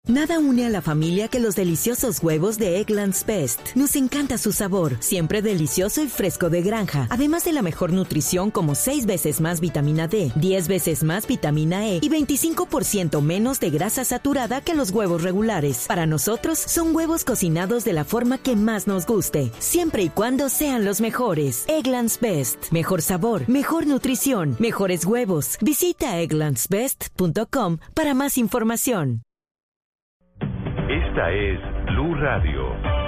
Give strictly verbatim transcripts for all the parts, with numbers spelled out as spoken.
Nada une a la familia que los deliciosos huevos de Eggland's Best. Nos encanta su sabor, siempre delicioso y fresco de granja. Además de la mejor nutrición como seis veces más vitamina D, diez veces más vitamina E y veinticinco por ciento menos de grasa saturada que los huevos regulares. Para nosotros, son huevos cocinados de la forma que más nos guste, siempre y cuando sean los mejores. Eggland's Best. Mejor sabor, mejor nutrición, mejores huevos. Visita egglands best punto com para más información. Esta es Blue Radio.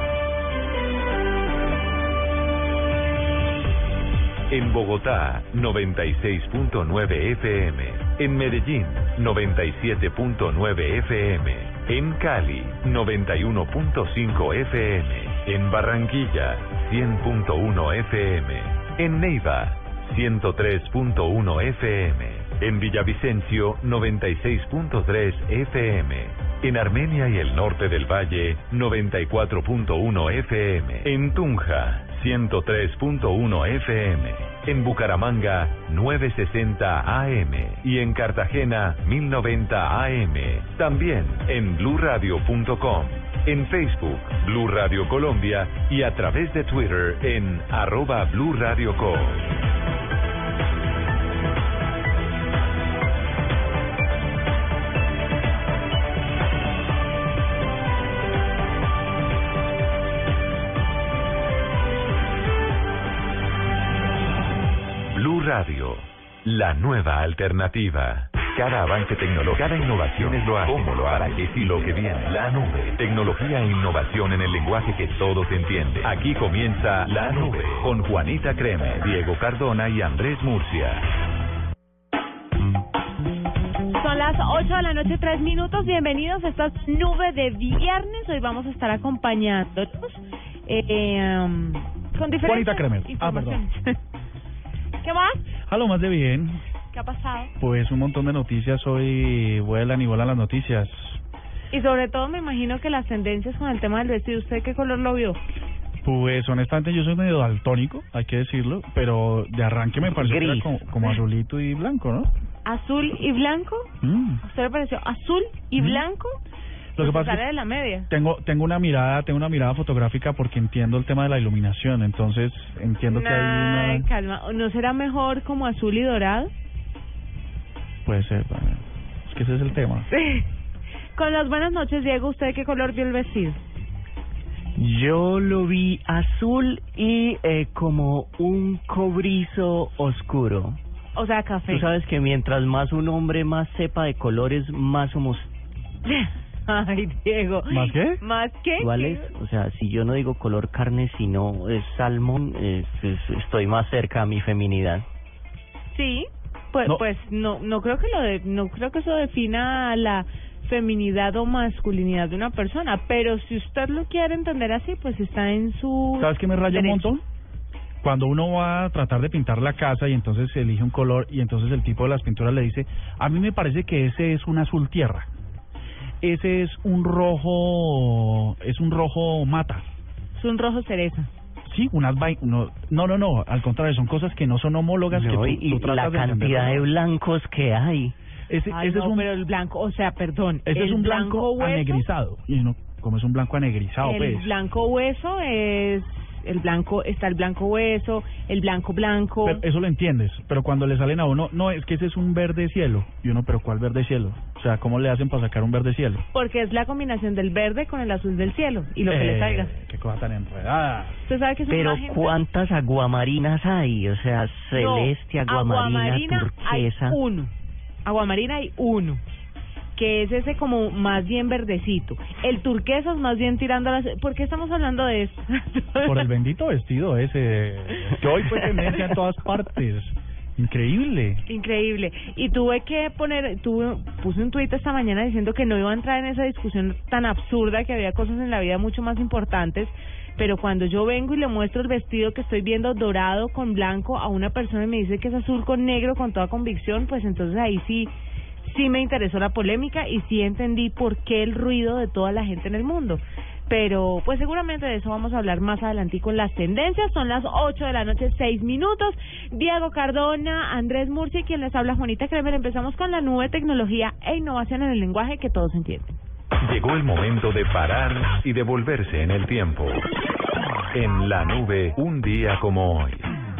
En Bogotá, noventa y seis punto nueve F M. En Medellín, noventa y siete punto nueve F M. En Cali, noventa y uno punto cinco F M. En Barranquilla, cien punto uno F M. En Neiva, ciento tres punto uno F M. En Villavicencio, noventa y seis punto tres F M. En Armenia y el norte del Valle, noventa y cuatro punto uno F M. En Tunja, ciento tres punto uno F M. En Bucaramanga, novecientos sesenta A M. Y en Cartagena, mil noventa A M. También en blue radio punto com. En Facebook, Blue Radio Colombia. Y a través de Twitter en arroba Blue Radio Co. Blue Radio, la nueva alternativa. Cada avance tecnológico, cada innovación es lo hace, cómo lo hará, qué sí lo que viene. La nube, tecnología e innovación en el lenguaje que todos entienden. Aquí comienza La Nube, con Juanita Kremer, Diego Cardona y Andrés Murcia. Son las ocho de la noche, tres minutos. Bienvenidos a esta nube de viernes. Hoy vamos a estar acompañándonos eh, um, con diferentes Juanita Kremer. informaciones. Ah, perdón. ¿Qué más? Aló, más de bien. ¿Qué ha pasado? Pues un montón de noticias hoy, vuelan y vuelan las noticias. Y sobre todo me imagino que las tendencias con el tema del vestido. ¿Usted qué color lo vio? Pues honestamente yo soy medio daltónico, hay que decirlo, pero de arranque me pareció que era como, como azulito y blanco, ¿no? ¿Azul y blanco? Mm. ¿A usted le pareció azul y Mm. blanco? Lo que Pues pasa sale es de la media. tengo tengo una mirada, tengo una mirada fotográfica porque entiendo el tema de la iluminación, entonces entiendo que hay Ay, una... calma. ¿No será mejor como azul y dorado? Puede ser, bueno, es que ese es el tema. Con las buenas noches, Diego, ¿usted qué color vio el vestido? Yo lo vi azul y eh, como un cobrizo oscuro. O sea, café. Tú sabes que mientras más un hombre más sepa de colores, más somos... Ay, Diego. ¿Más qué? ¿Más qué? ¿Cuáles? O sea, si yo no digo color carne, sino es salmón, es, es, estoy más cerca a mi feminidad. Sí, pues No. pues no no creo que lo de, no creo que eso defina la feminidad o masculinidad de una persona, pero si usted lo quiere entender así, pues está en su ¿Sabes qué me raya un derecho. montón? Cuando uno va a tratar de pintar la casa y entonces elige un color y entonces el tipo de las pinturas le dice, a mí me parece que ese es un azul tierra, ese es un rojo, es un rojo mata. Es un rojo cereza. Sí, unas vai- no, no, no, no, al contrario, son cosas que no son homólogas. No, que tú, y tú la tratas de cantidad entender, de ¿no? blancos que hay. Ese, Ay, ese no, es un, pero el blanco, o sea, perdón, ese el es un blanco, hueso, anegrizado. Y uno, como es un blanco anegrizado, el pues. blanco hueso es el blanco, está el blanco hueso, el blanco blanco. Pero eso lo entiendes, pero cuando le salen a uno, no, es que ese es un verde cielo. Y uno, pero ¿cuál verde cielo? O sea, ¿cómo le hacen para sacar un verde cielo? Porque es la combinación del verde con el azul del cielo y lo que Eh, le salga. Qué cosa tan enredada. ¿Usted sabe que es Pero una magenta? ¿cuántas aguamarinas hay? O sea, celeste, No, aguamarina, turquesa. hay uno. Aguamarina hay uno. Que es ese como más bien verdecito. El turquesa es más bien tirando a las... ¿Por qué estamos hablando de esto? Por el bendito vestido ese, que hoy fue tendencia en todas partes. Increíble. Increíble. Y tuve que poner, tuve, puse un tuit esta mañana diciendo que no iba a entrar en esa discusión tan absurda, que había cosas en la vida mucho más importantes, pero cuando yo vengo y le muestro el vestido que estoy viendo dorado con blanco a una persona y me dice que es azul con negro con toda convicción, pues entonces ahí sí, sí me interesó la polémica y sí entendí por qué el ruido de toda la gente en el mundo. Pero pues seguramente de eso vamos a hablar más adelante con las tendencias. Son las ocho de la noche, seis minutos. Diego Cardona, Andrés Murcia y quien les habla, Juanita Kremer. Empezamos con la nube, tecnología e innovación en el lenguaje que todos entienden. Llegó el momento de parar y devolverse en el tiempo. En la nube, un día como hoy.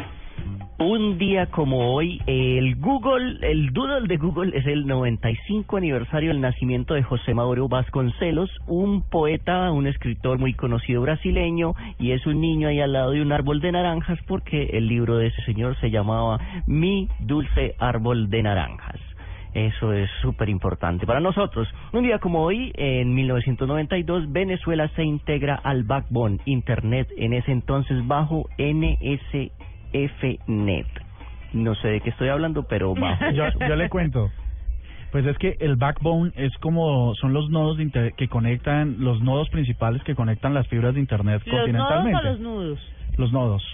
Un día como hoy, el Google, el Doodle de Google es el noventa y cinco aniversario del nacimiento de José Mauro Vasconcelos, un poeta, un escritor muy conocido brasileño, y es un niño ahí al lado de un árbol de naranjas porque el libro de ese señor se llamaba Mi Dulce Árbol de Naranjas. Eso es súper importante para nosotros. Un día como hoy, en mil novecientos noventa y dos, Venezuela se integra al Backbone Internet, en ese entonces bajo N S F net. No sé de qué estoy hablando, pero bajo. yo, yo le cuento. Pues es que el backbone es como son los nodos de inter que conectan, los nodos principales que conectan las fibras de internet ¿Los continentalmente. nodos o los nudos? Los nodos.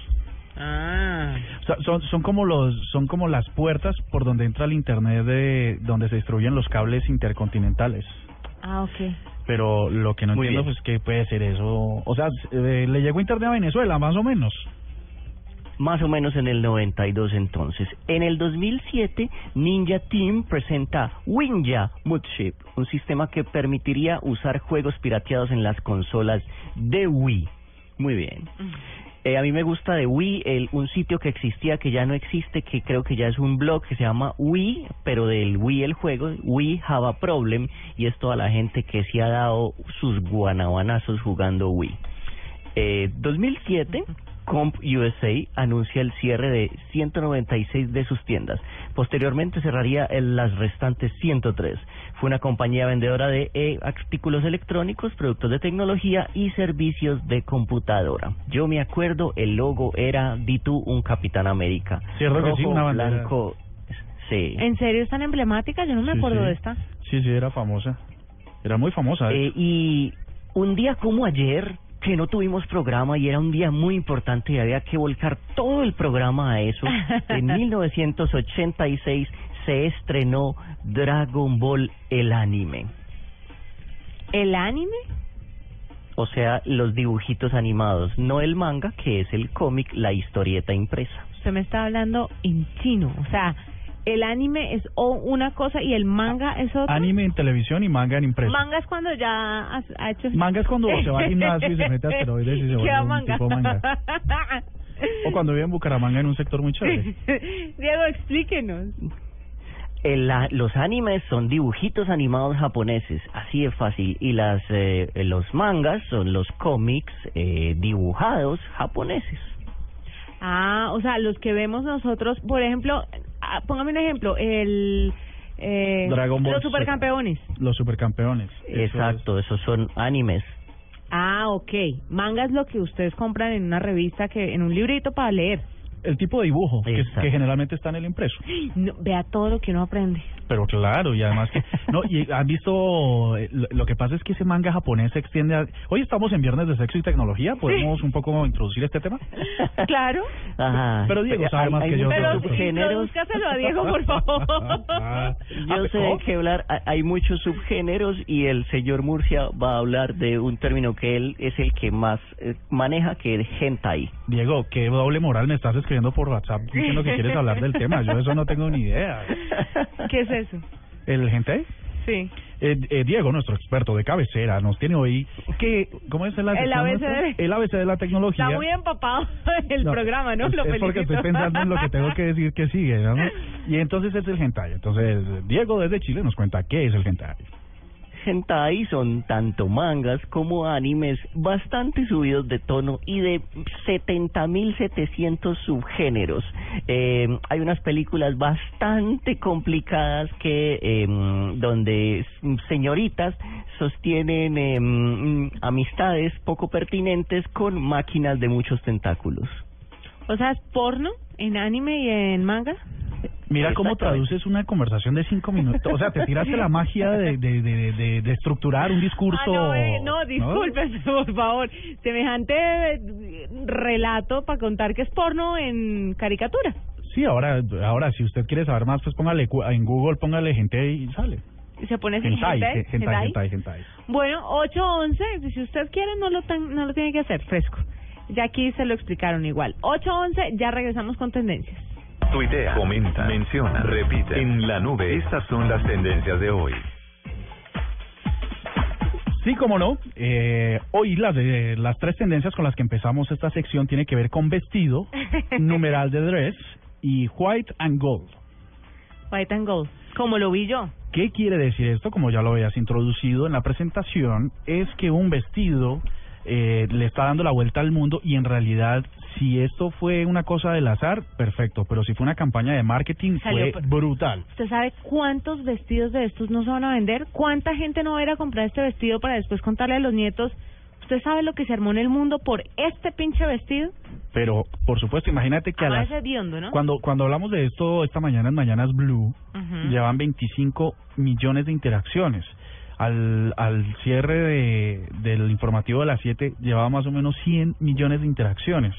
Ah. O sea, son son como los son como las puertas por donde entra el internet, de donde se distribuyen los cables intercontinentales. Ah, okay. Pero lo que no Muy entiendo bien. pues qué puede ser eso. O sea, eh, le llegó internet a Venezuela, más o menos. Más o menos en el noventa y dos entonces. En el dos mil siete, Ninja Team presenta Winja Mudship, un sistema que permitiría usar juegos pirateados en las consolas de Wii. Muy bien. Eh, a mí me gusta de Wii el, un sitio que existía que ya no existe, que creo que ya es un blog que se llama Wii, pero del Wii el juego, We Have a Problem, y es toda la gente que se ha dado sus guanabanazos jugando Wii. Eh, dos mil siete... Comp U S A anuncia el cierre de ciento noventa y seis de sus tiendas. Posteriormente cerraría en las restantes ciento tres. Fue una compañía vendedora de eh, artículos electrónicos, productos de tecnología y servicios de computadora. Yo me acuerdo, el logo era, di tú, un Capitán América. Cierto que Rojo, sí, una bandera. blanco, sí. ¿En serio es tan emblemática? Yo no me Sí, acuerdo sí. de esta. Sí, sí, era famosa. Era muy famosa. Eh, y un día como ayer, que no tuvimos programa y era un día muy importante y había que volcar todo el programa a eso, en mil novecientos ochenta y seis se estrenó Dragon Ball, el anime. ¿El anime? O sea, los dibujitos animados, no el manga, que es el cómic, la historieta impresa. Usted me está hablando en chino. O sea, el anime es o una cosa y el manga es otra. Anime en televisión y manga en impreso. Manga es cuando ya ha, ha hecho... Manga es cuando se va al gimnasio y se mete a asteroides y se vuelve Queda un manga. tipo manga. O cuando vive en Bucaramanga en un sector muy chévere. Diego, explíquenos. El, la, los animes son dibujitos animados japoneses, así de fácil, y las eh, los mangas son los cómics eh, dibujados japoneses. Ah, o sea, los que vemos nosotros, por ejemplo, ah, póngame un ejemplo, el... Eh, Dragon Ball los supercampeones. Los supercampeones. Eso Exacto, esos son animes. Ah, ok. Manga es lo que ustedes compran en una revista, que en un librito para leer. es el tipo de dibujo que, Exacto. que generalmente está en el impreso. No, vea todo lo que uno aprende. Pero claro, y además que... No, y han visto... Lo, lo que pasa es que ese manga japonés se extiende a... Hoy estamos en Viernes de Sexo y Tecnología. ¿Podemos sí. un poco introducir este tema? Claro. Ajá. Pero Diego sabe hay, más hay que yo. Pero subgéneros. introdúzcaselo a Diego, por favor. Ah, Yo sé de qué hablar. Hay muchos subgéneros y el señor Murcia va a hablar de un término que él es el que más eh, maneja, que es hentai. Diego, qué doble moral me estás escribiendo por WhatsApp diciendo que quieres hablar del tema. Yo eso no tengo ni idea. ¿Qué es eso? ¿El hentai? Sí. Eh, eh, Diego, nuestro experto de cabecera, nos tiene hoy que... ¿Cómo es el, el A B C de... el A B C de la tecnología? Está muy empapado el no, programa, ¿no? Es, Lo es porque estoy pensando en lo que tengo que decir que sigue, ¿no? Y entonces es el hentai. Entonces, Diego desde Chile nos cuenta qué es el hentai. Hentai son tanto mangas como animes bastante subidos de tono y de setenta mil setecientos subgéneros. Eh, hay unas películas bastante complicadas que eh, donde señoritas sostienen eh, amistades poco pertinentes con máquinas de muchos tentáculos. O sea, ¿es porno en anime y en manga? Mira cómo traduces una conversación de cinco minutos. O sea, te tiraste la magia de, de, de, de, de estructurar un discurso. Ah, no, eh, no, discúlpese, ¿no? Por favor. Semejante relato para contar que es porno en caricatura. Sí, ahora, ahora si usted quiere saber más, pues póngale en Google, póngale hentai y sale. ¿Y se pone así? Hentai, hentai, hentai, hentai, hentai. Bueno, ocho once, si usted quiere no lo, tan, no lo tiene que hacer, fresco. Ya aquí se lo explicaron igual. ocho once, ya regresamos con tendencias. Tuitea, comenta, menciona, repite. En la nube, estas son las tendencias de hoy. Sí, cómo no. Eh, hoy las, eh, las tres tendencias con las que empezamos esta sección tiene que ver con vestido, numeral de dress y white and gold. White and gold, como lo vi yo. ¿Qué quiere decir esto? Como ya lo habías introducido en la presentación, es que un vestido eh, le está dando la vuelta al mundo y en realidad, si esto fue una cosa del azar, perfecto, pero si fue una campaña de marketing, Salió fue por... brutal. ¿Usted sabe cuántos vestidos de estos no se van a vender? ¿Cuánta gente no va a ir a comprar este vestido para después contarle a los nietos? ¿Usted sabe lo que se armó en el mundo por este pinche vestido? Pero, por supuesto, imagínate que a las... Hediondo, ¿no? Cuando, cuando hablamos de esto esta mañana en Mañanas Blue, Uh-huh. llevan veinticinco millones de interacciones. Al, al cierre de, del informativo de las siete llevaba más o menos cien millones de interacciones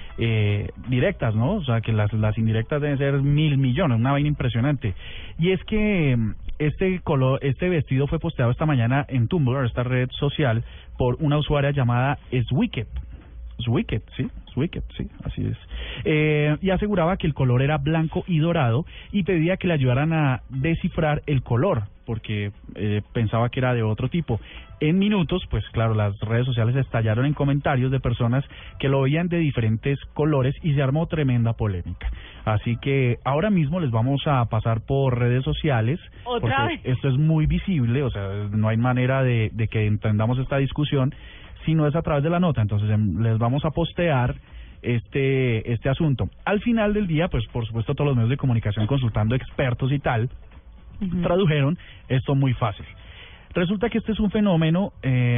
eh, directas, ¿no? O sea, que las, las indirectas deben ser mil millones, una vaina impresionante. Y es que este color, este vestido fue posteado esta mañana en Tumblr, esta red social, por una usuaria llamada Swicket. Swicket, sí, Swicket, sí, así es. Eh, y aseguraba que el color era blanco y dorado y pedía que le ayudaran a descifrar el color, porque eh, pensaba que era de otro tipo. En minutos, pues claro, las redes sociales estallaron en comentarios de personas que lo veían de diferentes colores y se armó tremenda polémica. Así que ahora mismo les vamos a pasar por redes sociales, ¿Otra porque vez? esto es muy visible, o sea, no hay manera de, de que entendamos esta discusión si no es a través de la nota. Entonces em, les vamos a postear este este asunto. Al final del día, pues por supuesto todos los medios de comunicación consultando expertos y tal, uh-huh. tradujeron esto muy fácil. Resulta que este es un fenómeno eh,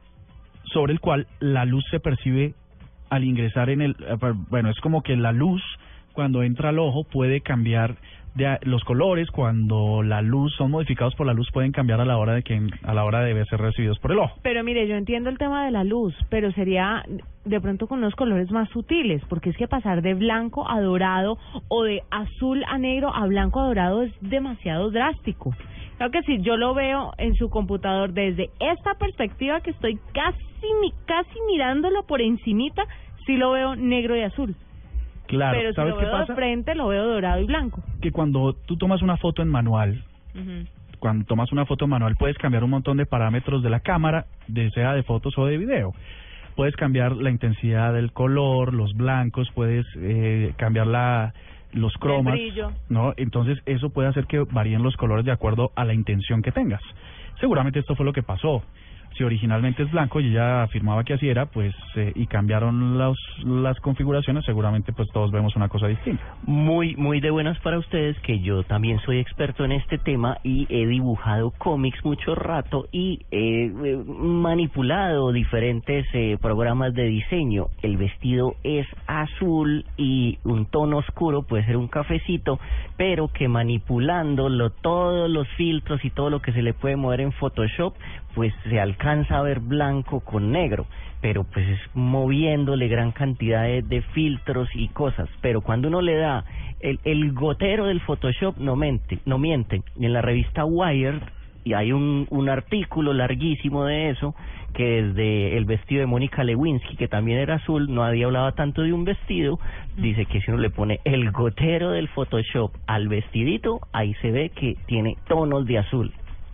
sobre el cual la luz se percibe al ingresar en el... Bueno, es como que la luz cuando entra al ojo puede cambiar de los colores, cuando la luz son modificados por la luz pueden cambiar a la hora de que a la hora de ser recibidos por el ojo. Pero mire, yo entiendo el tema de la luz, pero sería de pronto con unos colores más sutiles, porque es que pasar de blanco a dorado o de azul a negro a blanco a dorado es demasiado drástico. Creo que si yo lo veo en su computador desde esta perspectiva que estoy casi casi mirándolo por encimita, sí lo veo negro y azul. Claro, pero si ¿sabes lo qué veo pasa? de frente lo veo dorado y blanco. Que cuando tú tomas una foto en manual, uh-huh. cuando tomas una foto en manual puedes cambiar un montón de parámetros de la cámara, de sea de fotos o de video. Puedes cambiar la intensidad del color, los blancos, puedes eh, cambiar la los cromas, el brillo, ¿no? Entonces eso puede hacer que varíen los colores de acuerdo a la intención que tengas. Seguramente esto fue lo que pasó. Si originalmente es blanco y ella afirmaba que así era, pues eh, y cambiaron los, las configuraciones, seguramente pues todos vemos una cosa distinta. Muy muy de buenas para ustedes, que yo también soy experto en este tema y he dibujado cómics mucho rato y he eh, manipulado diferentes eh, programas de diseño. El vestido es azul y un tono oscuro puede ser un cafecito, pero que manipulándolo, todos los filtros y todo lo que se le puede mover en Photoshop, pues se alcanza a ver blanco con negro, pero pues es moviéndole gran cantidad de, de filtros y cosas. Pero cuando uno le da el, el gotero del Photoshop, no miente, no miente. En la revista Wired, y hay un, un artículo larguísimo de eso, que desde el vestido de Mónica Lewinsky, que también era azul, no había hablado tanto de un vestido, dice que si uno le pone el gotero del Photoshop al vestidito, ahí se ve que tiene tonos de azul.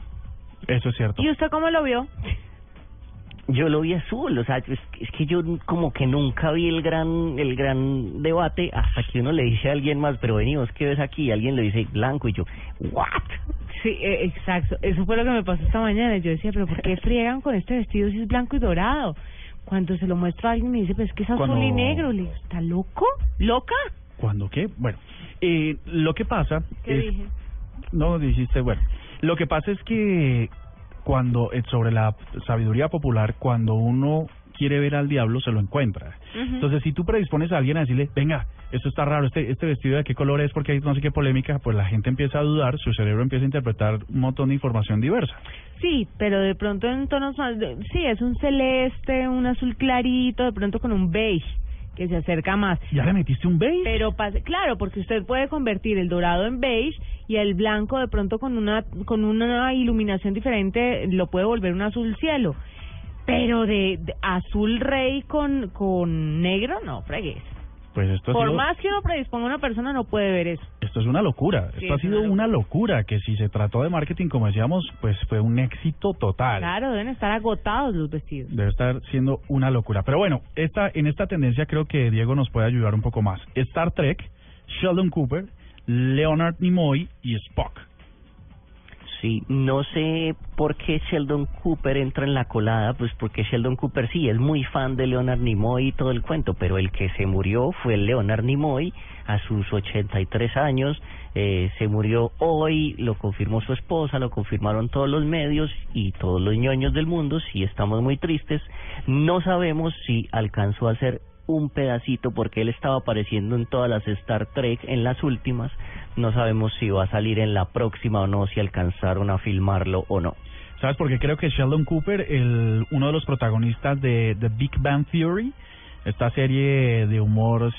Eso es cierto. ¿Y usted cómo lo vio? Yo lo vi azul, o sea, es, es que yo como que nunca vi el gran el gran debate hasta que uno le dice a alguien más, pero venimos, ¿qué ves aquí? Y alguien le dice blanco y yo, ¿what? Sí, eh, exacto, eso fue lo que me pasó esta mañana. Yo decía, pero ¿por qué friegan con este vestido si es blanco y dorado? Cuando se lo muestro a alguien me dice, pues es que es azul Cuando... y negro. Le digo, ¿está loco? ¿Loca? ¿Cuándo qué? Bueno, eh, lo que pasa ¿Qué es... dije? No, dijiste, bueno, lo que pasa es que cuando, sobre la sabiduría popular, cuando uno quiere ver al diablo, se lo encuentra. Uh-huh. Entonces, si tú predispones a alguien a decirle, venga, esto está raro, este este vestido de qué color es, porque hay no sé qué polémica, pues la gente empieza a dudar, su cerebro empieza a interpretar un montón de información diversa. Sí, pero de pronto en tonos más... De, sí, es un celeste, un azul clarito, de pronto con un beige, que se acerca más. ¿Ya le metiste un beige? Pero pase, claro, porque usted puede convertir el dorado en beige y el blanco de pronto con una con una iluminación diferente lo puede volver un azul cielo. Pero de, de azul rey con con negro, no fregues. Pues esto ha Por sido, más que uno predisponga a una persona, no puede ver eso. esto es una locura. Sí, esto ha es sido una una locura, que si se trató de marketing, como decíamos, pues fue un éxito total. Claro, deben estar agotados los vestidos. Debe estar siendo una locura. Pero bueno, esta en esta tendencia creo que Diego nos puede ayudar un poco más. Star Trek, Sheldon Cooper, Leonard Nimoy y Spock. Sí, no sé por qué Sheldon Cooper entra en la colada, pues porque Sheldon Cooper sí es muy fan de Leonard Nimoy y todo el cuento, pero el que se murió fue Leonard Nimoy a sus ochenta y tres años, eh, se murió hoy, lo confirmó su esposa, lo confirmaron todos los medios y todos los ñoños del mundo, sí estamos muy tristes, no sabemos si alcanzó a ser un pedacito porque él estaba apareciendo en todas las Star Trek, en las últimas. No sabemos si va a salir en la próxima o no, si alcanzaron a filmarlo o no. ¿Sabes por qué creo que Sheldon Cooper, el uno de los protagonistas de The Big Bang Theory, esta serie de humor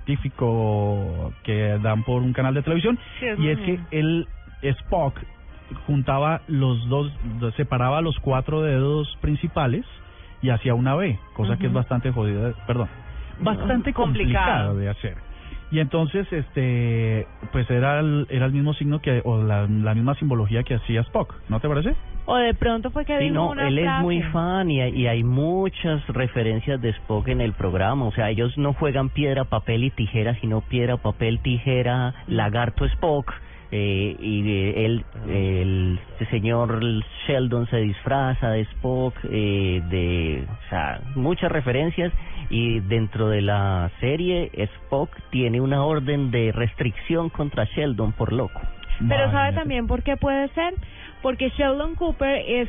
científico que dan por un canal de televisión, Sí, es y es muy que él, Spock, juntaba los dos, separaba los cuatro dedos principales y hacía una V, cosa uh-huh. que es bastante jodida, perdón, bastante complicado. complicado de hacer. Y entonces, este, pues era el, era el mismo signo que, o la, la misma simbología que hacía Spock, ¿no te parece? O de pronto fue que sí, dijo no, una él frase. Es muy fan y, y hay muchas referencias de Spock en el programa. O sea, ellos no juegan piedra, papel y tijera, sino piedra, papel, tijera, lagarto, Spock. Eh, y eh, él, eh, el, el señor Sheldon se disfraza de Spock, eh, de, o sea, muchas referencias. Y dentro de la serie, Spock tiene una orden de restricción contra Sheldon por loco. Pero ¿sabe también por qué puede ser? Porque Sheldon Cooper es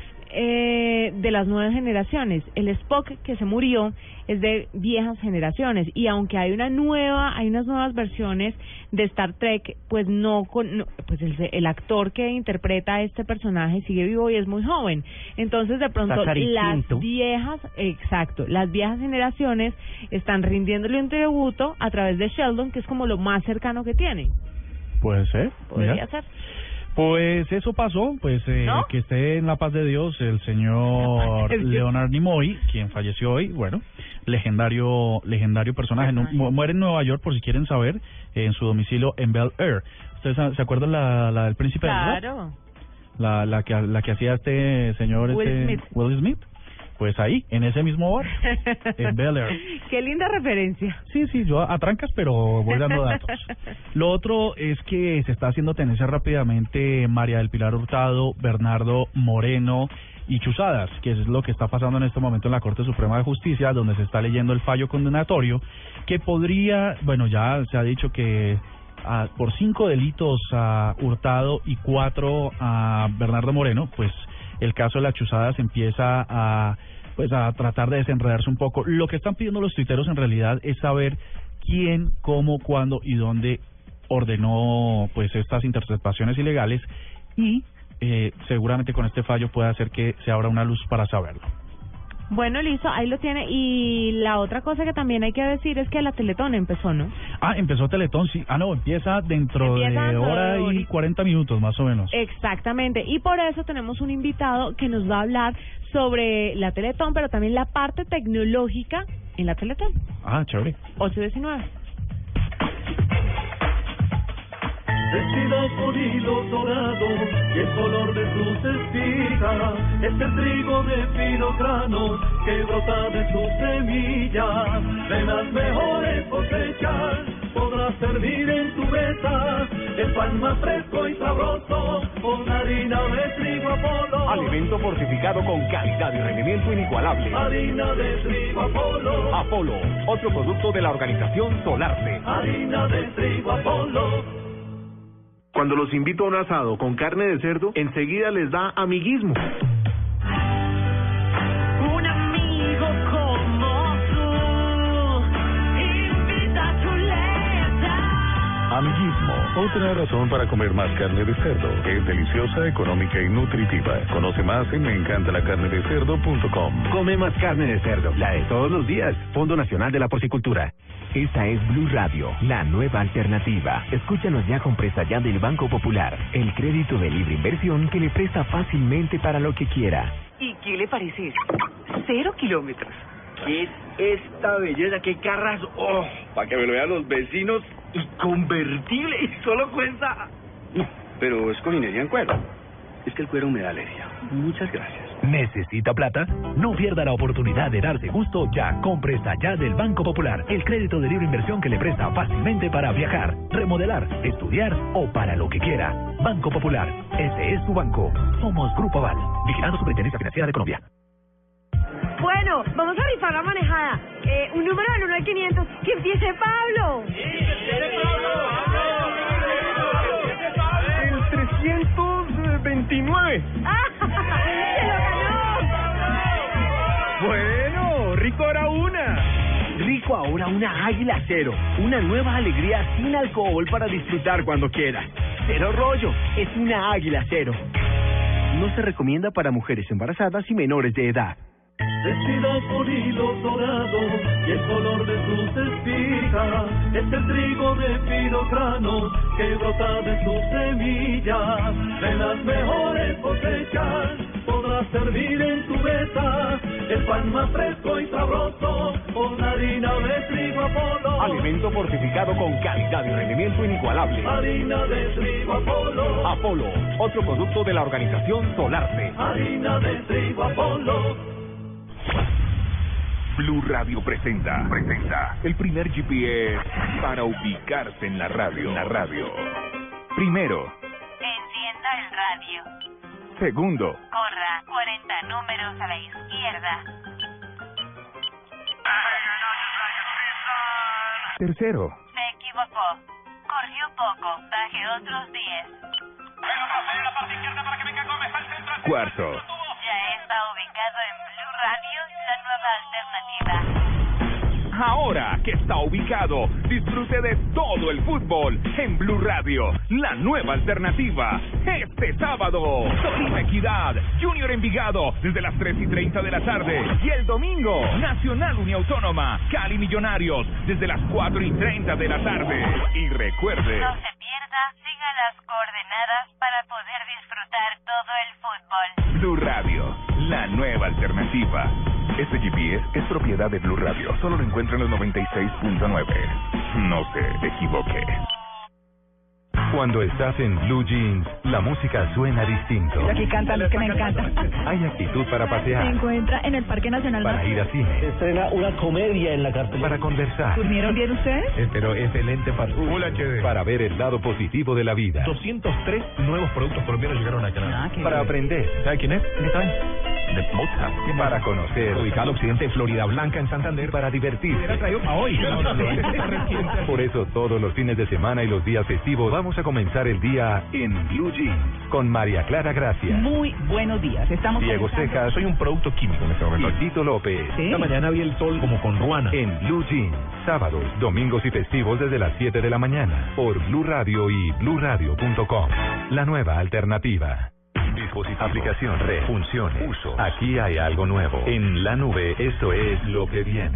eh, de las nuevas generaciones. El Spock que se murió es de viejas generaciones. Y aunque hay una nueva, hay unas nuevas versiones de Star Trek, pues no, con, no pues el, el actor que interpreta a este personaje sigue vivo y es muy joven. Entonces de pronto Zachary las Quinto. viejas, exacto, las viejas generaciones están rindiéndole un tributo a través de Sheldon, que es como lo más cercano que tiene. Puede ser. Podría mira. ser. Pues eso pasó, pues eh, ¿No? que esté en la paz de Dios el señor Leonard Nimoy, quien falleció hoy, bueno, legendario legendario personaje, no, mu- muere en Nueva York, por si quieren saber, eh, en su domicilio en Bel Air. ¿Ustedes se acuerdan la, la del príncipe del rock? Claro. La, la que la que hacía este señor Will este Smith. Will Smith. Pues ahí, en ese mismo bar, en Bel Air. Qué linda referencia. Sí, sí, yo a trancas, pero voy dando datos. Lo otro es que se está haciendo tendencia rápidamente María del Pilar Hurtado, Bernardo Moreno y Chuzadas, que es lo que está pasando en este momento en la Corte Suprema de Justicia, donde se está leyendo el fallo condenatorio, que podría, bueno, ya se ha dicho que a, por cinco delitos a Hurtado y cuatro a Bernardo Moreno, pues el caso de las Chuzadas empieza a pues a tratar de desenredarse un poco. Lo que están pidiendo los tuiteros en realidad es saber quién, cómo, cuándo y dónde ordenó pues estas interceptaciones ilegales y eh, seguramente con este fallo puede hacer que se abra una luz para saberlo. Bueno, listo, ahí lo tiene. Y la otra cosa que también hay que decir es que la Teletón empezó, ¿no? Ah, empezó Teletón, sí. Ah, no, empieza dentro Empieza de dentro hora de hora. y cuarenta minutos, más o menos. Exactamente, y por eso tenemos un invitado que nos va a hablar sobre la Teletón, pero también la parte tecnológica en la Teletón. Ah, chévere. ocho diecinueve. Vestidos con hilos dorados y el color de sus espigas es el trigo de fino grano que brota de sus semillas. De las mejores cosechas podrás servir en tu mesa el pan más fresco y sabroso con harina de trigo Apolo. Alimento fortificado con calidad y rendimiento inigualable. Harina de trigo Apolo. Apolo, otro producto de la organización Solarte. Harina de trigo Apolo. Cuando los invito a un asado con carne de cerdo, enseguida les da amiguismo. Un amigo como tú invita chuleta. Amiguismo, otra razón para comer más carne de cerdo. Es deliciosa, económica y nutritiva. Conoce más en me encanta la carne de cerdo punto com. Come más carne de cerdo, la de todos los días. Fondo Nacional de la Porcicultura. Esta es Blue Radio, la nueva alternativa. Escúchanos ya con Presta Ya del Banco Popular, el crédito de libre inversión que le presta fácilmente para lo que quiera. ¿Y qué le parece eso? Cero kilómetros. ¿qué es esta belleza? ¿Qué carrazo? ¡Oh! Para que me lo vean los vecinos. Y convertible. Y solo cuesta... No, pero es con minería en cuero. Es que el cuero me da alergia. Muchas gracias. ¿Necesita plata? No pierda la oportunidad de darse gusto ya con Presta Ya del Banco Popular. El crédito de libre inversión que le presta fácilmente para viajar, remodelar, estudiar o para lo que quiera. Banco Popular. Este es tu banco. Somos Grupo Aval. Vigilando Superintendencia Financiera de Colombia. Bueno, vamos a rifar la manejada. Eh, un número del uno al quinientos. ¡Que empiece Pablo! ¡Sí, que empiece Pablo! El trescientos veintinueve. ¡Se lo ganó! Bueno, rico ahora una. Rico ahora una Águila Cero. Una nueva alegría sin alcohol para disfrutar cuando quiera. Cero rollo. Es una Águila Cero. No se recomienda para mujeres embarazadas y menores de edad. Vestida por hilos dorados y el color de sus espigas es el trigo de fino grano que brota de sus semillas. De las mejores cosechas podrás servir en tu mesa el pan más fresco y sabroso con harina de trigo Apolo. Alimento fortificado con calidad y rendimiento inigualable. Harina de trigo Apolo. Apolo, otro producto de la organización Solarte. Harina de trigo Apolo. Blue Radio presenta, presenta el primer G P S para ubicarse en la radio. En la radio. Primero, encienda el radio. Segundo, Corra cuarenta números a la izquierda. tercero, Se equivocó. Corrió poco. Baje otros diez. cuarto, Ya está ubicado en Blue Radio, la nueva alternativa. ahora que está ubicado, disfrute de todo el fútbol en Blue Radio, la nueva alternativa. Este sábado, Tolima Equidad, Junior Envigado, desde las tres y treinta de la tarde. Y el domingo, Nacional Uniautónoma, Cali Millonarios, desde las cuatro y treinta de la tarde. Y recuerde... No se pierda, siga las coordenadas para poder disfrutar todo el fútbol. Blue Radio, la nueva alternativa. Este G P S es propiedad de Blue Radio. Solo lo encuentra en los noventa y seis punto nueve. No se equivoque. Cuando estás en Blue Jeans, la música suena distinto. Aquí cantan los que me encantan. Hay actitud para Se pasear, encuentra en el Parque Nacional. para ir a cine, Se estrena una comedia en la cartelera. para conversar. ¿Durmieron bien ustedes? Pero excelente para Full H D. Para ver el lado positivo de la vida. doscientos tres nuevos productos colombianos llegaron a Canadá. Ah, qué Para bien. aprender. ¿Sabe quién es? ¿De cuál? De Mozart. Para conocer. Ubicado al occidente de Florida Blanca, en Santander. Para divertirse. Era traído a hoy. Por eso todos los fines de semana y los días festivos vamos a comenzar el día en Blue Jeans con María Clara Gracia, Muy buenos días. Estamos Diego comenzando. Cejas Soy un producto químico en este momento. y Tito López. Sí. Esta mañana vi el sol como con ruana. En Blue Jeans, sábados, domingos y festivos desde las siete de la mañana por Blue Radio y blue radio punto com. La nueva alternativa. Dispositivo, aplicación, red, funciones, uso. Aquí hay algo nuevo. En la nube, eso es lo que viene.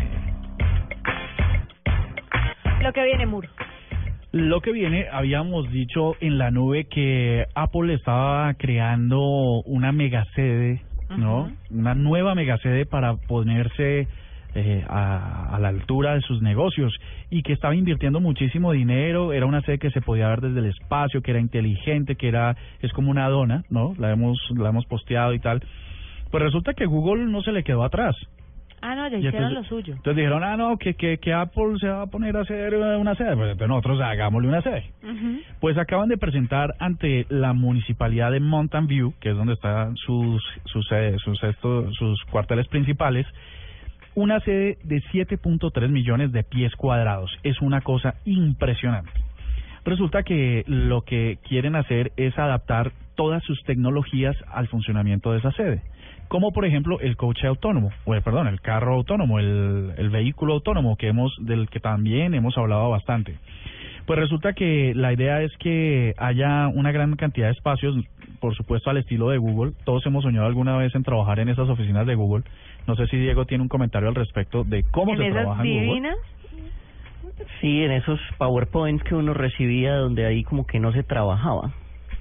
Lo que viene, Muro. Lo que viene, habíamos dicho en la nube que Apple estaba creando una megasede, ¿no? Ujú. Una nueva megasede para ponerse eh, a, a la altura de sus negocios y que estaba invirtiendo muchísimo dinero. Era una sede que se podía ver desde el espacio, que era inteligente, que era es como una dona, ¿no? La hemos la hemos posteado y tal. Pues resulta que Google no se le quedó atrás. Ah, no, ya Y hicieron entonces- lo suyo. Entonces dijeron, ah, no, que, que, que Apple se va a poner a hacer eh, una sede. Pues, pues nosotros hagámosle una sede. Ujú. Pues acaban de presentar ante la municipalidad de Mountain View, que es donde están sus sus eh, sus, estos, sus cuarteles principales, una sede de siete punto tres millones de pies cuadrados. Es una cosa impresionante. Resulta que lo que quieren hacer es adaptar todas sus tecnologías al funcionamiento de esa sede. Como por ejemplo el coche autónomo, o el, perdón, el carro autónomo, el, el vehículo autónomo que hemos del que también hemos hablado bastante. Pues resulta que la idea es que haya una gran cantidad de espacios, por supuesto al estilo de Google. Todos hemos soñado alguna vez en trabajar en esas oficinas de Google. No sé si Diego tiene un comentario al respecto de cómo ¿En se esas trabaja en Google. divinas? Sí, en esos PowerPoints que uno recibía donde ahí como que no se trabajaba.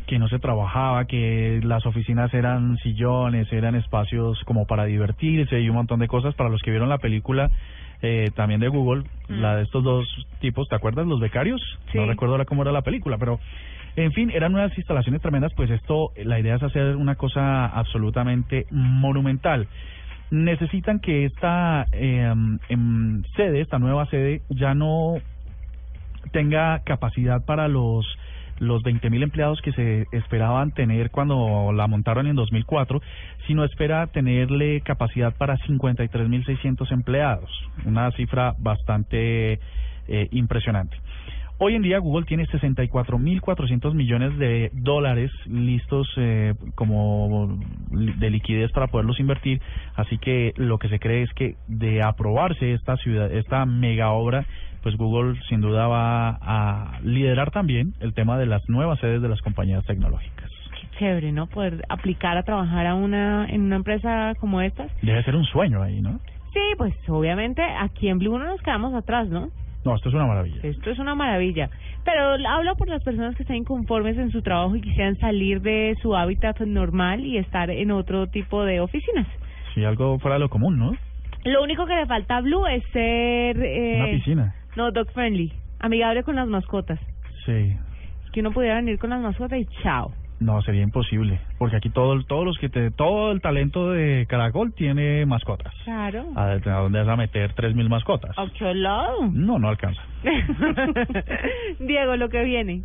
que no se trabajaba, que las oficinas eran sillones, eran espacios como para divertirse y un montón de cosas. Para los que vieron la película eh, también de Google, mm. la de estos dos tipos, ¿te acuerdas? Los becarios. Sí. No recuerdo ahora cómo era la película, pero en fin, eran unas instalaciones tremendas. Pues esto, la idea es hacer una cosa absolutamente monumental. Necesitan que esta eh, em, sede, esta nueva sede, ya no tenga capacidad para los los veinte mil empleados que se esperaban tener cuando la montaron en dos mil cuatro, sino espera tenerle capacidad para cincuenta y tres mil seiscientos empleados, una cifra bastante eh, impresionante. Hoy en día Google tiene sesenta y cuatro mil cuatrocientos millones de dólares listos eh, como de liquidez para poderlos invertir, así que lo que se cree es que de aprobarse esta ciudad, esta mega obra, pues Google sin duda va a liderar también el tema de las nuevas sedes de las compañías tecnológicas. Qué chévere, ¿no? Poder aplicar a trabajar a una en una empresa como estas. Debe ser un sueño ahí, ¿no? Sí, pues obviamente aquí en Blue no nos quedamos atrás, ¿no? No, esto es una maravilla. Esto es una maravilla. Pero hablo por las personas que están inconformes en su trabajo y quisieran salir de su hábitat normal y estar en otro tipo de oficinas. Sí, algo fuera de lo común, ¿no? Lo único que le falta a Blue es ser... Eh, una piscina. No, dog friendly. Amigable con las mascotas. Sí. Que uno pudiera venir con las mascotas y chao. No, sería imposible, porque aquí todo, todos los que te, todo el talento de Caracol tiene mascotas. Claro. ¿A, a dónde vas a meter tres mil mascotas? ¿A qué lado? No, no alcanza. Diego, lo que viene.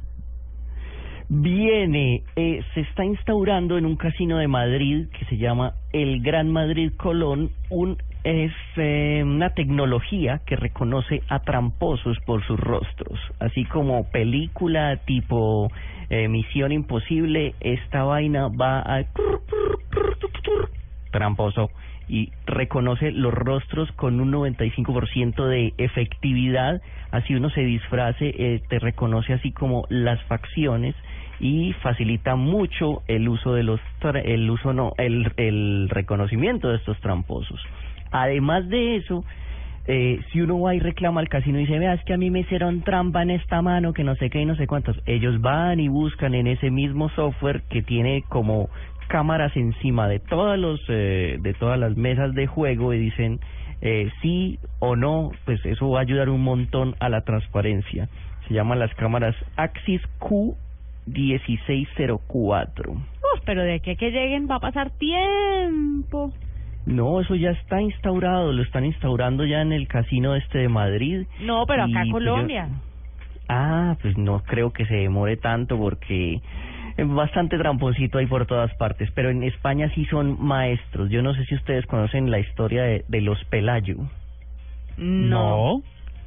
Viene, eh, se está instaurando en un casino de Madrid que se llama el Gran Madrid Colón, un es eh, una tecnología que reconoce a tramposos por sus rostros, así como película tipo eh, Misión Imposible. Esta vaina va a tramposo y reconoce los rostros con un noventa y cinco por ciento de efectividad. Así uno se disfrace, eh, te reconoce así como las facciones y facilita mucho el uso de los tra- el uso no el el reconocimiento de estos tramposos. Además de eso, eh, si uno va y reclama al casino y dice, vea, es que a mí me hicieron trampa en esta mano, que no sé qué y no sé cuántos, ellos van y buscan en ese mismo software que tiene como cámaras encima de todas los eh, de todas las mesas de juego y dicen eh, sí o no, pues eso va a ayudar un montón a la transparencia. Se llaman las cámaras Axis Q dieciséis cero cuatro. Uf, pero de aquí a que lleguen va a pasar tiempo. No, eso ya está instaurado, lo están instaurando ya en el casino este de Madrid. No, pero acá en Colombia. Pues yo... Ah, pues no creo que se demore tanto porque es bastante tramposito ahí por todas partes, pero en España sí son maestros. Yo no sé si ustedes conocen la historia de, de los Pelayo. No.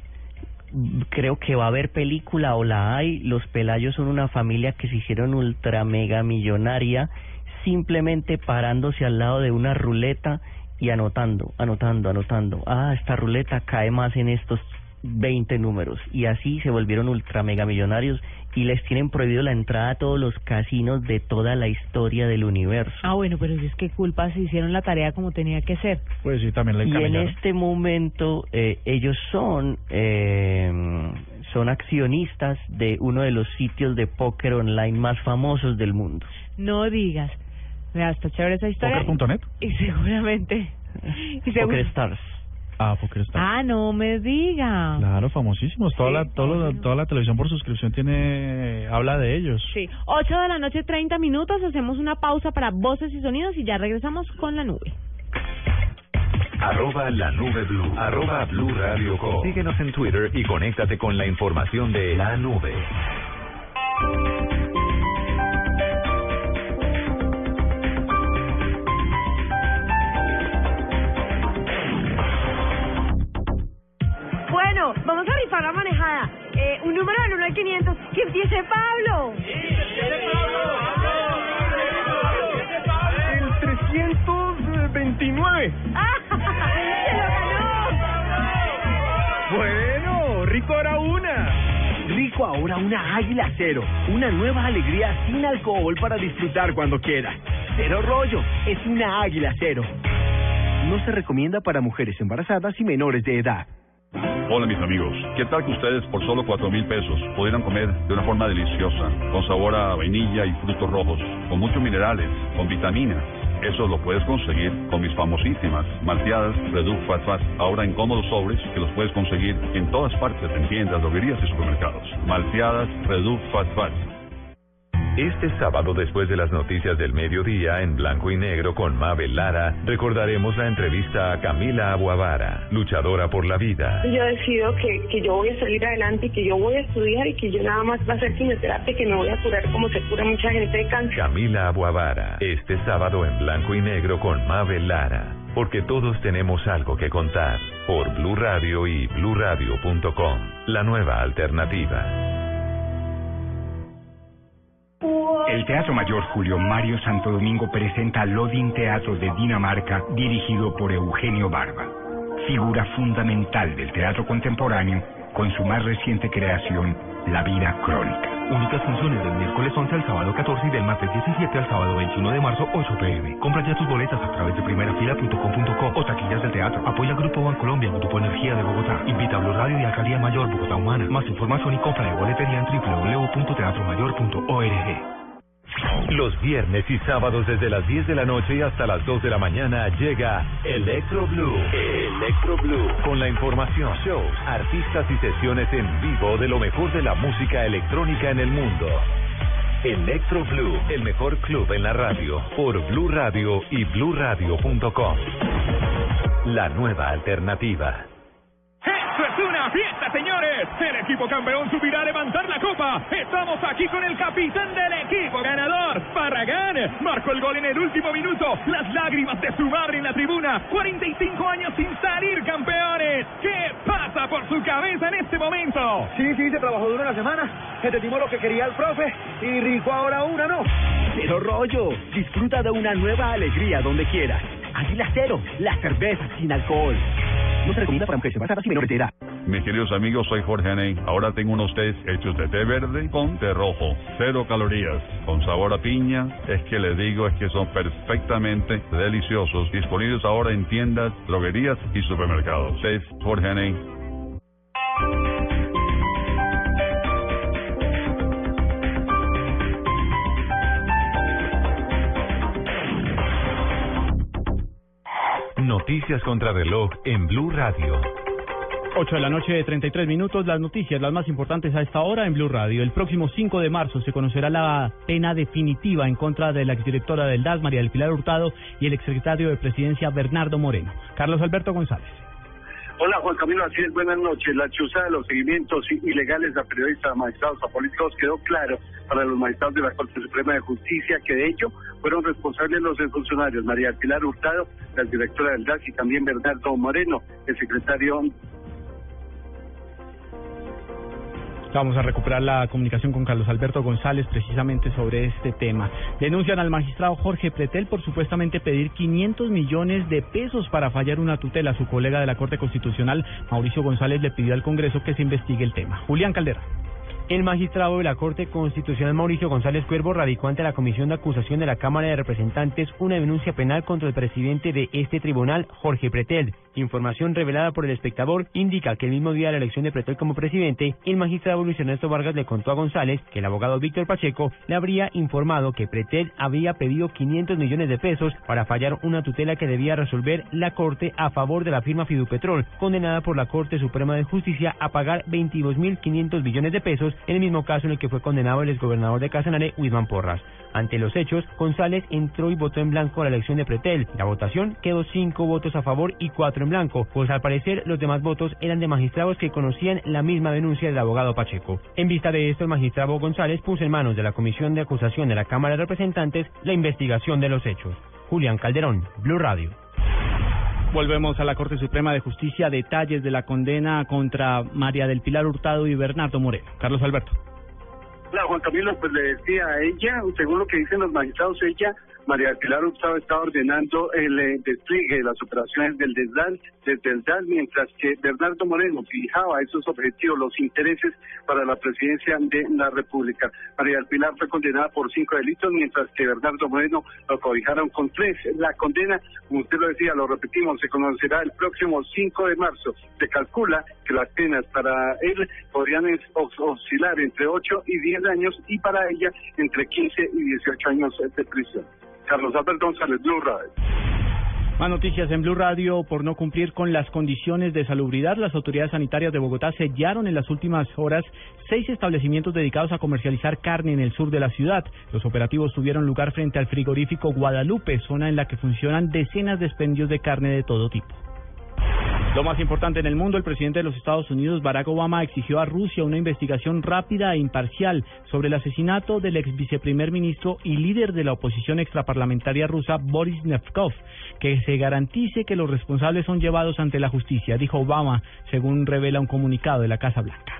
Creo que va a haber película o la hay. Los Pelayo son una familia que se hicieron ultra mega millonaria simplemente parándose al lado de una ruleta y anotando, anotando, anotando. Ah, esta ruleta cae más en estos veinte números. Y así se volvieron ultra mega millonarios y les tienen prohibido la entrada a todos los casinos de toda la historia del universo. Ah, bueno, pero si es que culpa si hicieron la tarea como tenía que ser. Pues sí, también la encamillaron. Y en este momento eh, ellos son eh, son accionistas de uno de los sitios de póker online más famosos del mundo. No digas. Mira, está chévere esa historia. ¿Poker punto net? Y seguramente. Y seguro... Poker Stars. Ah, Poker Stars. Ah, no me diga. Claro, famosísimos. Toda, sí, la, todo lo, toda la televisión por suscripción tiene habla de ellos. Sí. ocho de la noche, treinta minutos. Hacemos una pausa para voces y sonidos y ya regresamos con la nube. Arroba la nube blue. Arroba Blue Radio Co. Síguenos en Twitter y conéctate con la información de la nube. Bueno, vamos a rifar la manejada. Eh, un número del uno al quinientos. ¡Que empiece Pablo! ¡Sí, que empiece Pablo! El trescientos veintinueve. ¡Ah! ¡Se lo ganó! Bueno, rico ahora una. Rico ahora una Águila Cero. Una nueva alegría sin alcohol para disfrutar cuando quieras. Cero rollo, es una Águila Cero. No se recomienda para mujeres embarazadas y menores de edad. Hola mis amigos, ¿qué tal que ustedes por solo cuatro mil pesos pudieran comer de una forma deliciosa, con sabor a vainilla y frutos rojos, con muchos minerales, con vitaminas? Eso lo puedes conseguir con mis famosísimas malteadas Reduc Fat Fat, ahora en cómodos sobres que los puedes conseguir en todas partes, en tiendas, droguerías y supermercados. Malteadas Reduc Fat Fat. Este sábado, después de las noticias del mediodía, en blanco y negro con Mabel Lara, recordaremos la entrevista a Camila Aguavara, luchadora por la vida. Yo decido que, que yo voy a salir adelante, que yo voy a estudiar y que yo nada más voy a hacer quimioterapia, que me voy a curar como se cura mucha gente de cáncer. Camila Aguavara, este sábado en blanco y negro con Mabel Lara, porque todos tenemos algo que contar, por Blue Radio y blue radio punto com, la nueva alternativa. El Teatro Mayor Julio Mario Santo Domingo presenta Lodin Teatro de Dinamarca, dirigido por Eugenio Barba, figura fundamental del teatro contemporáneo, con su más reciente creación, La Vida Crónica. Únicas funciones del miércoles once al sábado catorce y del martes diecisiete al sábado veintiuno de marzo, ocho p m Compra ya tus boletas a través de primerafila punto com punto co o taquillas del teatro. Apoya al Grupo Bancolombia, Grupo Energía de Bogotá. Invita a Blue Radio y Alcaldía Mayor Bogotá Humana. Más información y compra de boletería en doble u doble u doble u punto teatro mayor punto org. Los viernes y sábados desde las diez de la noche y hasta las dos de la mañana llega Electro Blue. Electro Blue. Con la información, shows, artistas y sesiones en vivo de lo mejor de la música electrónica en el mundo. Electro Blue, el mejor club en la radio, por Blue Radio y blue radio punto com. La nueva alternativa. ¡Esto es una fiesta, señores! El equipo campeón subirá a levantar la copa. Estamos aquí con el capitán del equipo ganador, Barragán. Marcó el gol en el último minuto. Las lágrimas de su madre en la tribuna. cuarenta y cinco años sin salir campeones. ¿Qué pasa por su cabeza en este momento? Sí, sí, se trabajó duro una semana. Se te timó lo que quería el profe y rico ahora una, ¿no? Pero rollo, disfruta de una nueva alegría donde quieras. Águila Cero, la cerveza sin alcohol. No se recomienda para mujeres embarazadas y menores de edad. Mis queridos amigos, soy Jorge Aney. Ahora tengo unos tés hechos de té verde con té rojo. Cero calorías, con sabor a piña. Es que les digo, es que son perfectamente deliciosos. Disponibles ahora en tiendas, droguerías y supermercados. Tés Jorge Aney. Noticias contra reloj en Blue Radio. ocho de la noche, treinta y tres minutos. Las noticias, las más importantes a esta hora en Blue Radio. El próximo cinco de marzo se conocerá la pena definitiva en contra de la exdirectora del D A S, María del Pilar Hurtado, y el exsecretario de Presidencia, Bernardo Moreno. Carlos Alberto González. Hola Juan Camilo, así es, buenas noches. La chuza de los seguimientos ilegales a periodistas, a magistrados, a políticos quedó claro para los magistrados de la Corte Suprema de Justicia que de ello fueron responsables los funcionarios María del Pilar Hurtado, la directora del D A S, y también Bernardo Moreno, el secretario. Vamos a recuperar la comunicación con Carlos Alberto González precisamente sobre este tema. Denuncian al magistrado Jorge Pretel por supuestamente pedir quinientos millones de pesos para fallar una tutela. Su colega de la Corte Constitucional, Mauricio González, le pidió al Congreso que se investigue el tema. Julián Caldera. El magistrado de la Corte Constitucional Mauricio González Cuervo radicó ante la Comisión de Acusación de la Cámara de Representantes una denuncia penal contra el presidente de este tribunal, Jorge Pretel. Información revelada por El Espectador indica que el mismo día de la elección de Pretel como presidente, el magistrado Luis Ernesto Vargas le contó a González que el abogado Víctor Pacheco le habría informado que Pretel había pedido quinientos millones de pesos para fallar una tutela que debía resolver la Corte a favor de la firma Fidupetrol, condenada por la Corte Suprema de Justicia a pagar veintidós mil quinientos millones de pesos, en el mismo caso en el que fue condenado el exgobernador de Casanare, Wilman Porras. Ante los hechos, González entró y votó en blanco a la elección de Pretel. La votación quedó cinco votos a favor y cuatro en blanco, pues al parecer los demás votos eran de magistrados que conocían la misma denuncia del abogado Pacheco. En vista de esto, el magistrado González puso en manos de la Comisión de Acusación de la Cámara de Representantes la investigación de los hechos. Julián Calderón, Blue Radio. Volvemos a la Corte Suprema de Justicia. Detalles de la condena contra María del Pilar Hurtado y Bernardo Moreno. Carlos Alberto. Hola Juan Camilo, pues le decía a ella, según lo que dicen los magistrados, ella María del Pilar Hurtado está ordenando el eh, despliegue de las operaciones del DESDAN desde el D A N, mientras que Bernardo Moreno fijaba esos objetivos, los intereses para la presidencia de la República. María del Pilar fue condenada por cinco delitos, mientras que Bernardo Moreno lo cobijaron con tres. La condena, como usted lo decía, lo repetimos, se conocerá el próximo cinco de marzo. Se calcula que las penas para él podrían oscilar entre ocho y diez años y para ella entre quince y dieciocho años de prisión. Carlos Alberto González, Blue Radio. Más noticias en Blue Radio. Por no cumplir con las condiciones de salubridad, las autoridades sanitarias de Bogotá sellaron en las últimas horas seis establecimientos dedicados a comercializar carne en el sur de la ciudad. Los operativos tuvieron lugar frente al frigorífico Guadalupe, zona en la que funcionan decenas de expendios de carne de todo tipo. Lo más importante en el mundo, el presidente de los Estados Unidos, Barack Obama, exigió a Rusia una investigación rápida e imparcial sobre el asesinato del ex viceprimer ministro y líder de la oposición extraparlamentaria rusa, Boris Nemtsov, que se garantice que los responsables son llevados ante la justicia, dijo Obama, según revela un comunicado de la Casa Blanca.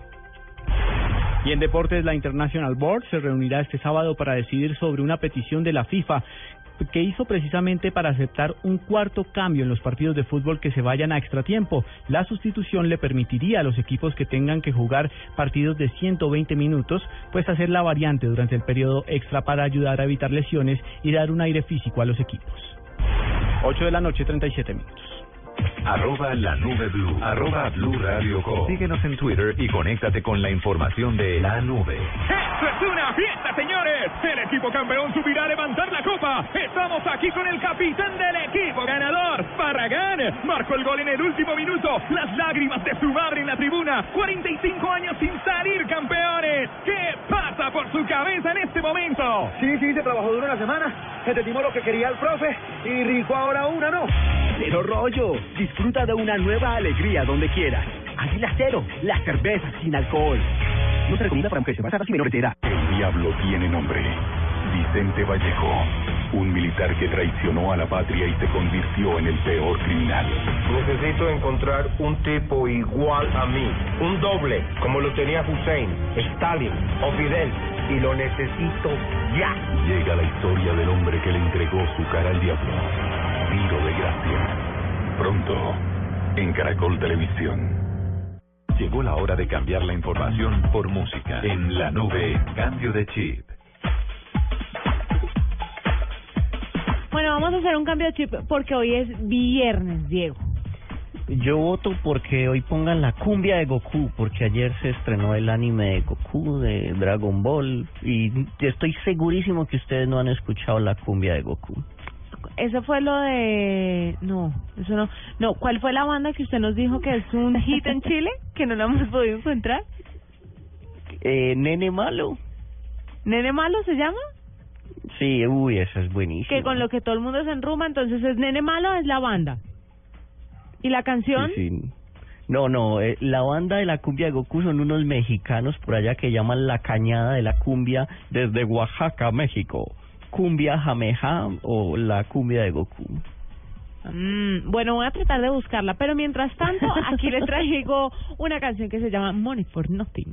Y en deportes, la International Board se reunirá este sábado para decidir sobre una petición de la FIFA que hizo precisamente para aceptar un cuarto cambio en los partidos de fútbol que se vayan a extratiempo. La sustitución le permitiría a los equipos que tengan que jugar partidos de ciento veinte minutos, pues hacer la variante durante el periodo extra para ayudar a evitar lesiones y dar un aire físico a los equipos. ocho de la noche, treinta y siete minutos. Arroba la nube blue. Arroba Blue Radio Co. Síguenos en Twitter y conéctate con la información de la nube. ¡Esto es una fiesta, señores! El equipo campeón subirá a levantar la copa. Estamos aquí con el capitán del equipo ganador, Barragán. Marcó el gol en el último minuto. Las lágrimas de su madre en la tribuna. cuarenta y cinco años sin salir campeones. ¿Qué pasa por su cabeza en este momento? Sí, sí, se trabajó duro una semana. Se testimó lo que quería el profe y rifó ahora una, ¿no? Cero rollo. Disfruta de una nueva alegría donde quieras. Águila Cero, la cerveza sin alcohol. No se recomienda para mujeres embarazadas y menores de edad. El diablo tiene nombre. Vicente Vallejo, un militar que traicionó a la patria y se convirtió en el peor criminal. Necesito encontrar un tipo igual a mí, un doble, como lo tenía Hussein, Stalin o Fidel, y lo necesito ya. Llega la historia del hombre que le entregó su cara al diablo. Tiro de gracia. Pronto, en Caracol Televisión. Llegó la hora de cambiar la información por música. En la nube, cambio de chip. Bueno, vamos a hacer un cambio de chip porque hoy es viernes, Diego. Yo voto porque hoy pongan la cumbia de Goku, porque ayer se estrenó el anime de Goku, de Dragon Ball, y estoy segurísimo que ustedes no han escuchado la cumbia de Goku. Eso fue lo de... No, eso no. No, ¿cuál fue la banda que usted nos dijo que es un hit en Chile? Que no la hemos podido encontrar. Eh, Nene Malo. ¿Nene Malo se llama? Sí, uy, esa es buenísima. Que con lo que todo el mundo se enruma, entonces es Nene Malo, es la banda. ¿Y la canción? Sí, sí. No, no, eh, la banda de la cumbia de Goku son unos mexicanos por allá que llaman la cañada de la cumbia desde Oaxaca, México. Cumbia Jameja o la cumbia de Goku. Mm, bueno, voy a tratar de buscarla, pero mientras tanto, aquí les traigo una canción que se llama Money for Nothing.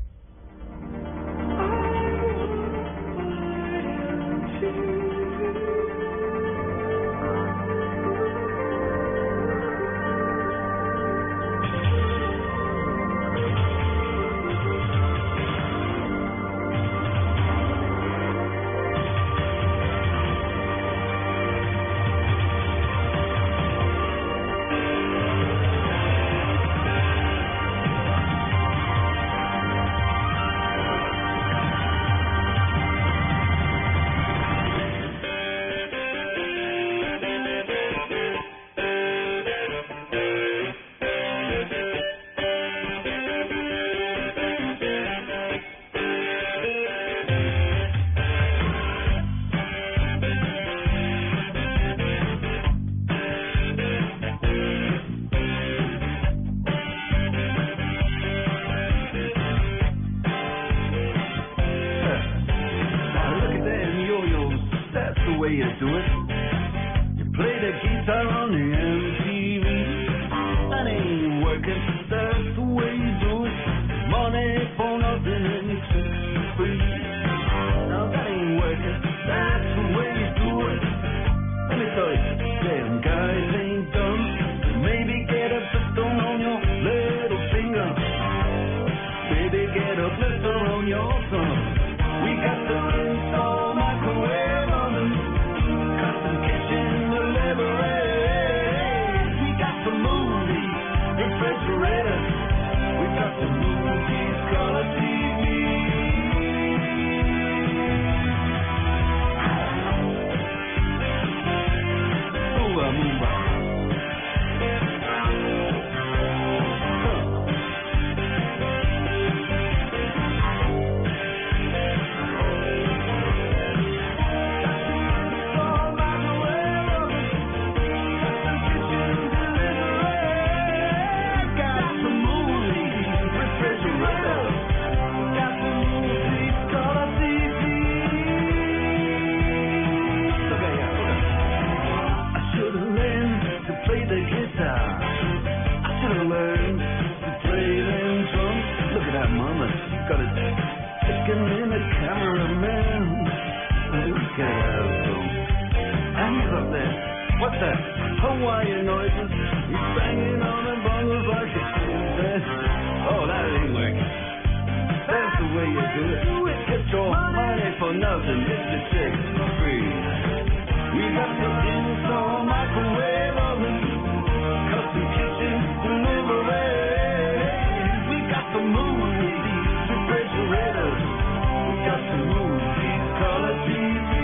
for nothing if you're sick free. We got the install microwave oven, custom kitchen delivery. We got the movies, refrigerators. We got the movies, color T V.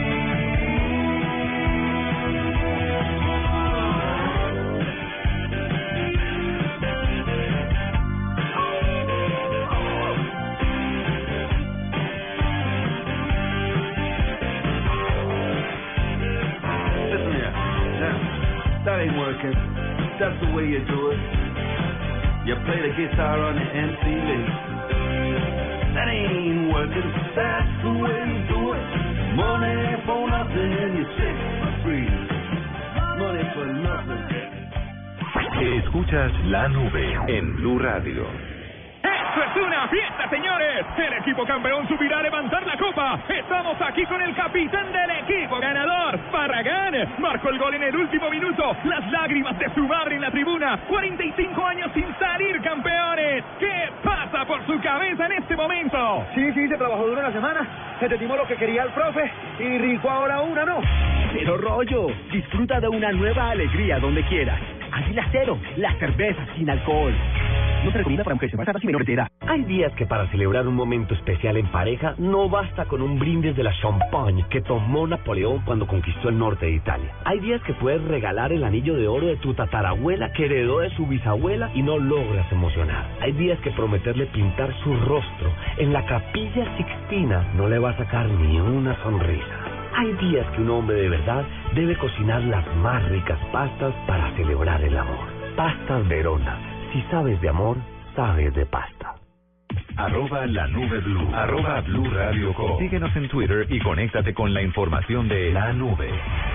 That ain't working. That's the way you do it. You play the guitar on the M T V. That ain't working. That's the way you do it. Money for nothing and you're sick for free. Money for nothing. Escuchas La Nube en Blue Radio. ¡Esto es una fiesta, señores! El equipo campeón subirá a levantar la copa. Estamos aquí con el capitán del equipo ganador, Barragán. Marcó el gol en el último minuto. Las lágrimas de su madre en la tribuna. cuarenta y cinco años sin salir campeones. ¿Qué pasa por su cabeza en este momento? Sí, sí, se trabajó duro una semana. Se te timó lo que quería el profe y rico ahora una, ¿no? Cero rollo. Disfruta de una nueva alegría donde quieras. Águila Cero, la cerveza sin alcohol. No se recomienda para mujeres embarazadas y menores de edad. Hay días que para celebrar un momento especial en pareja no basta con un brindis de la champagne que tomó Napoleón cuando conquistó el norte de Italia. Hay días que puedes regalar el anillo de oro de tu tatarabuela que heredó de su bisabuela y no logras emocionar. Hay días que prometerle pintar su rostro en la Capilla Sixtina no le va a sacar ni una sonrisa. Hay días que un hombre de verdad debe cocinar las más ricas pastas para celebrar el amor. Pastas Verona. Si sabes de amor, sabes de pasta. Arroba la nube blue. Arroba Blue Radio Co. Síguenos en Twitter y conéctate con la información de La Nube.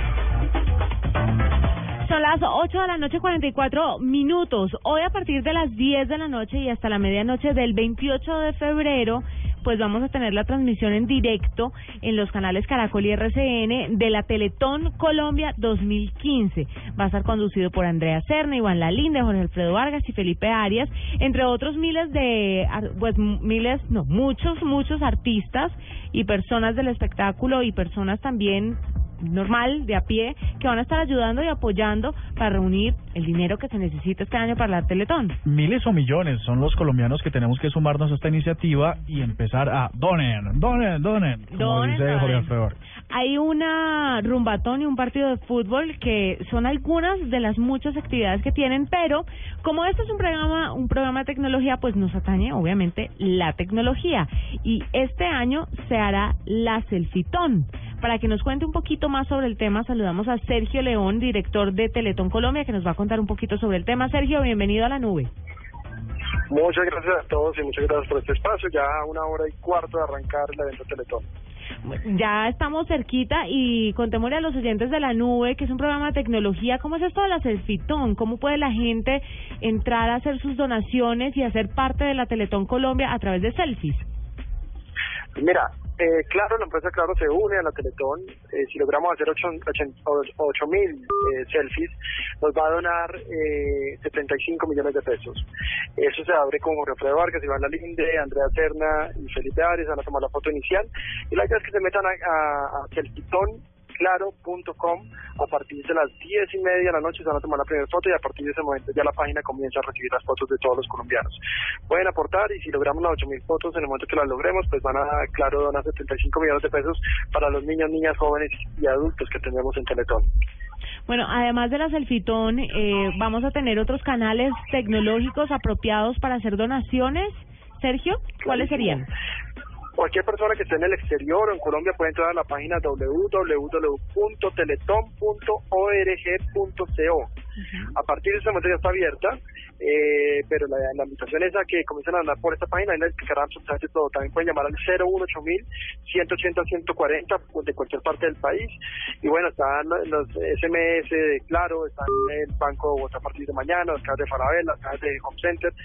Son las ocho de la noche, cuarenta y cuatro minutos. Hoy a partir de las diez de la noche y hasta la medianoche del veintiocho de febrero, pues vamos a tener la transmisión en directo en los canales Caracol y R C N de la Teletón Colombia dos mil quince. Va a estar conducido por Andrea Serna, Iván Lalinde, Jorge Alfredo Vargas y Felipe Arias, entre otros miles de, pues miles, no, muchos, muchos artistas y personas del espectáculo y personas también normal, de a pie, que van a estar ayudando y apoyando para reunir el dinero que se necesita este año para la Teletón. Miles o millones son los colombianos que tenemos que sumarnos a esta iniciativa y empezar a donen, donen, donen, como Donen, dice donen. Jorge Alfredo. Hay una rumbatón y un partido de fútbol que son algunas de las muchas actividades que tienen, pero como este es un programa, un programa de tecnología, pues nos atañe obviamente la tecnología y este año se hará la Selfitón. Para que nos cuente un poquito más sobre el tema, saludamos a Sergio León, director de Teletón Colombia, que nos va a contar un poquito sobre el tema. Sergio, bienvenido a La Nube. Muchas gracias a todos y muchas gracias por este espacio. Ya una hora y cuarto de arrancar el evento Teletón. Ya estamos cerquita y contémosle a los oyentes de La Nube, que es un programa de tecnología. ¿Cómo es esto de la Selfitón? ¿Cómo puede la gente entrar a hacer sus donaciones y hacer parte de la Teletón Colombia a través de selfies? Mira, eh, Claro, la empresa Claro se une a la Teletón. Eh, si logramos hacer ocho mil eh, selfies, nos va a donar eh, setenta y cinco millones de pesos. Eso se abre con Jorge Alfredo Vargas, Iván Lalinde, Andrea Serna y Felipe Arias. Van a tomar la foto inicial. Y la idea es que se metan a, a, a selfitón claro punto com. A partir de las diez y media de la noche se van a tomar la primera foto y a partir de ese momento ya la página comienza a recibir las fotos de todos los colombianos. Pueden aportar y si logramos las ocho mil fotos, en el momento que las logremos, pues van a, claro, donar setenta y cinco millones de pesos para los niños, niñas, jóvenes y adultos que tenemos en Teletón. Bueno, además de la Selfitón, eh, vamos a tener otros canales tecnológicos apropiados para hacer donaciones. Sergio, ¿cuáles serían? Cualquier persona que esté en el exterior o en Colombia puede entrar a la página doble u doble u doble u punto teletón punto org punto co. Uh-huh. A partir de ese momento ya está abierta, eh, pero la, la invitación es a que comiencen a andar por esta página y les explicarán absolutamente todo. También pueden llamar al cero uno ocho mil ciento ochenta ciento cuarenta de cualquier parte del país. Y bueno, están los S M S de Claro, están el Banco de Bogotá a partir de mañana, las cajas de Falabella, las cajas de Home Center.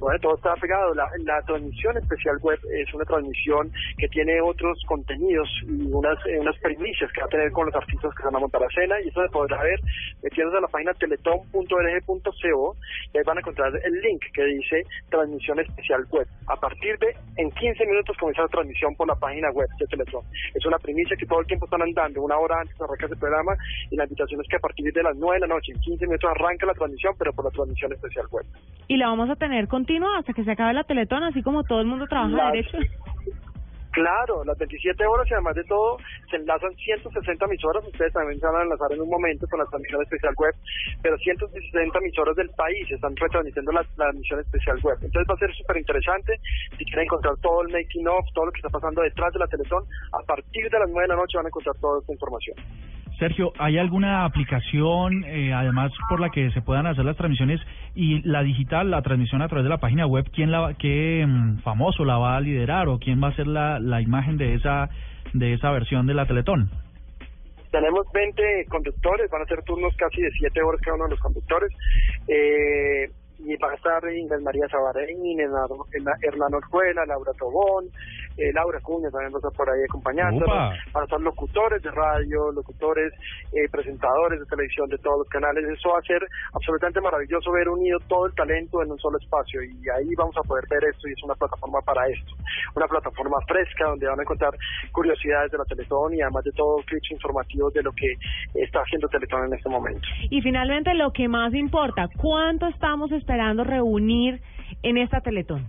Bueno, todo está pegado. La, la transmisión especial web es una transmisión que tiene otros contenidos y unas eh, unas primicias que va a tener con los artistas que van a montar la escena, y eso se podrá ver metiéndose a la página teletón punto org punto co, y ahí van a encontrar el link que dice transmisión especial web. A partir de en quince minutos comienza la transmisión por la página web de Teletón. Es una primicia que todo el tiempo están andando, una hora antes de arrancar ese programa, y la invitación es que a partir de las nueve de la noche, en quince minutos arranca la transmisión, pero por la transmisión especial web. Y la vamos a tener continua hasta que se acabe la Teletón, así como todo el mundo trabaja Las, derecho. Claro, las veintisiete horas, y además de todo se enlazan ciento sesenta emisoras. Ustedes también se van a enlazar en un momento con la transmisión especial web, pero ciento sesenta emisoras del país están retransmitiendo la, la emisión especial web. Entonces va a ser súper interesante. Si quieren encontrar todo el making of, todo lo que está pasando detrás de la Teletón, a partir de las nueve de la noche van a encontrar toda esta información. Sergio, ¿hay alguna aplicación, eh, además, por la que se puedan hacer las transmisiones y la digital, la transmisión a través de la página web? ¿Quién la, qué um, famoso la va a liderar o quién va a ser la, la imagen de esa de esa versión de la Teletón? Tenemos veinte conductores, van a ser turnos casi de siete horas cada uno de los conductores. Eh, y va a estar Ingrid María Sabareñín, Hernán Orjuela, Laura Tobón, eh, Laura Cuña también va a estar por ahí acompañándonos. Van a estar locutores de radio, locutores, eh, presentadores de televisión de todos los canales. Eso va a ser absolutamente maravilloso, ver unido todo el talento en un solo espacio, y ahí vamos a poder ver esto, y es una plataforma para esto, una plataforma fresca donde van a encontrar curiosidades de la Teletón y además de todo clips informativos de lo que está haciendo Teletón en este momento. Y finalmente, lo que más importa, ¿cuánto estamos esperando reunir en esta Teletón?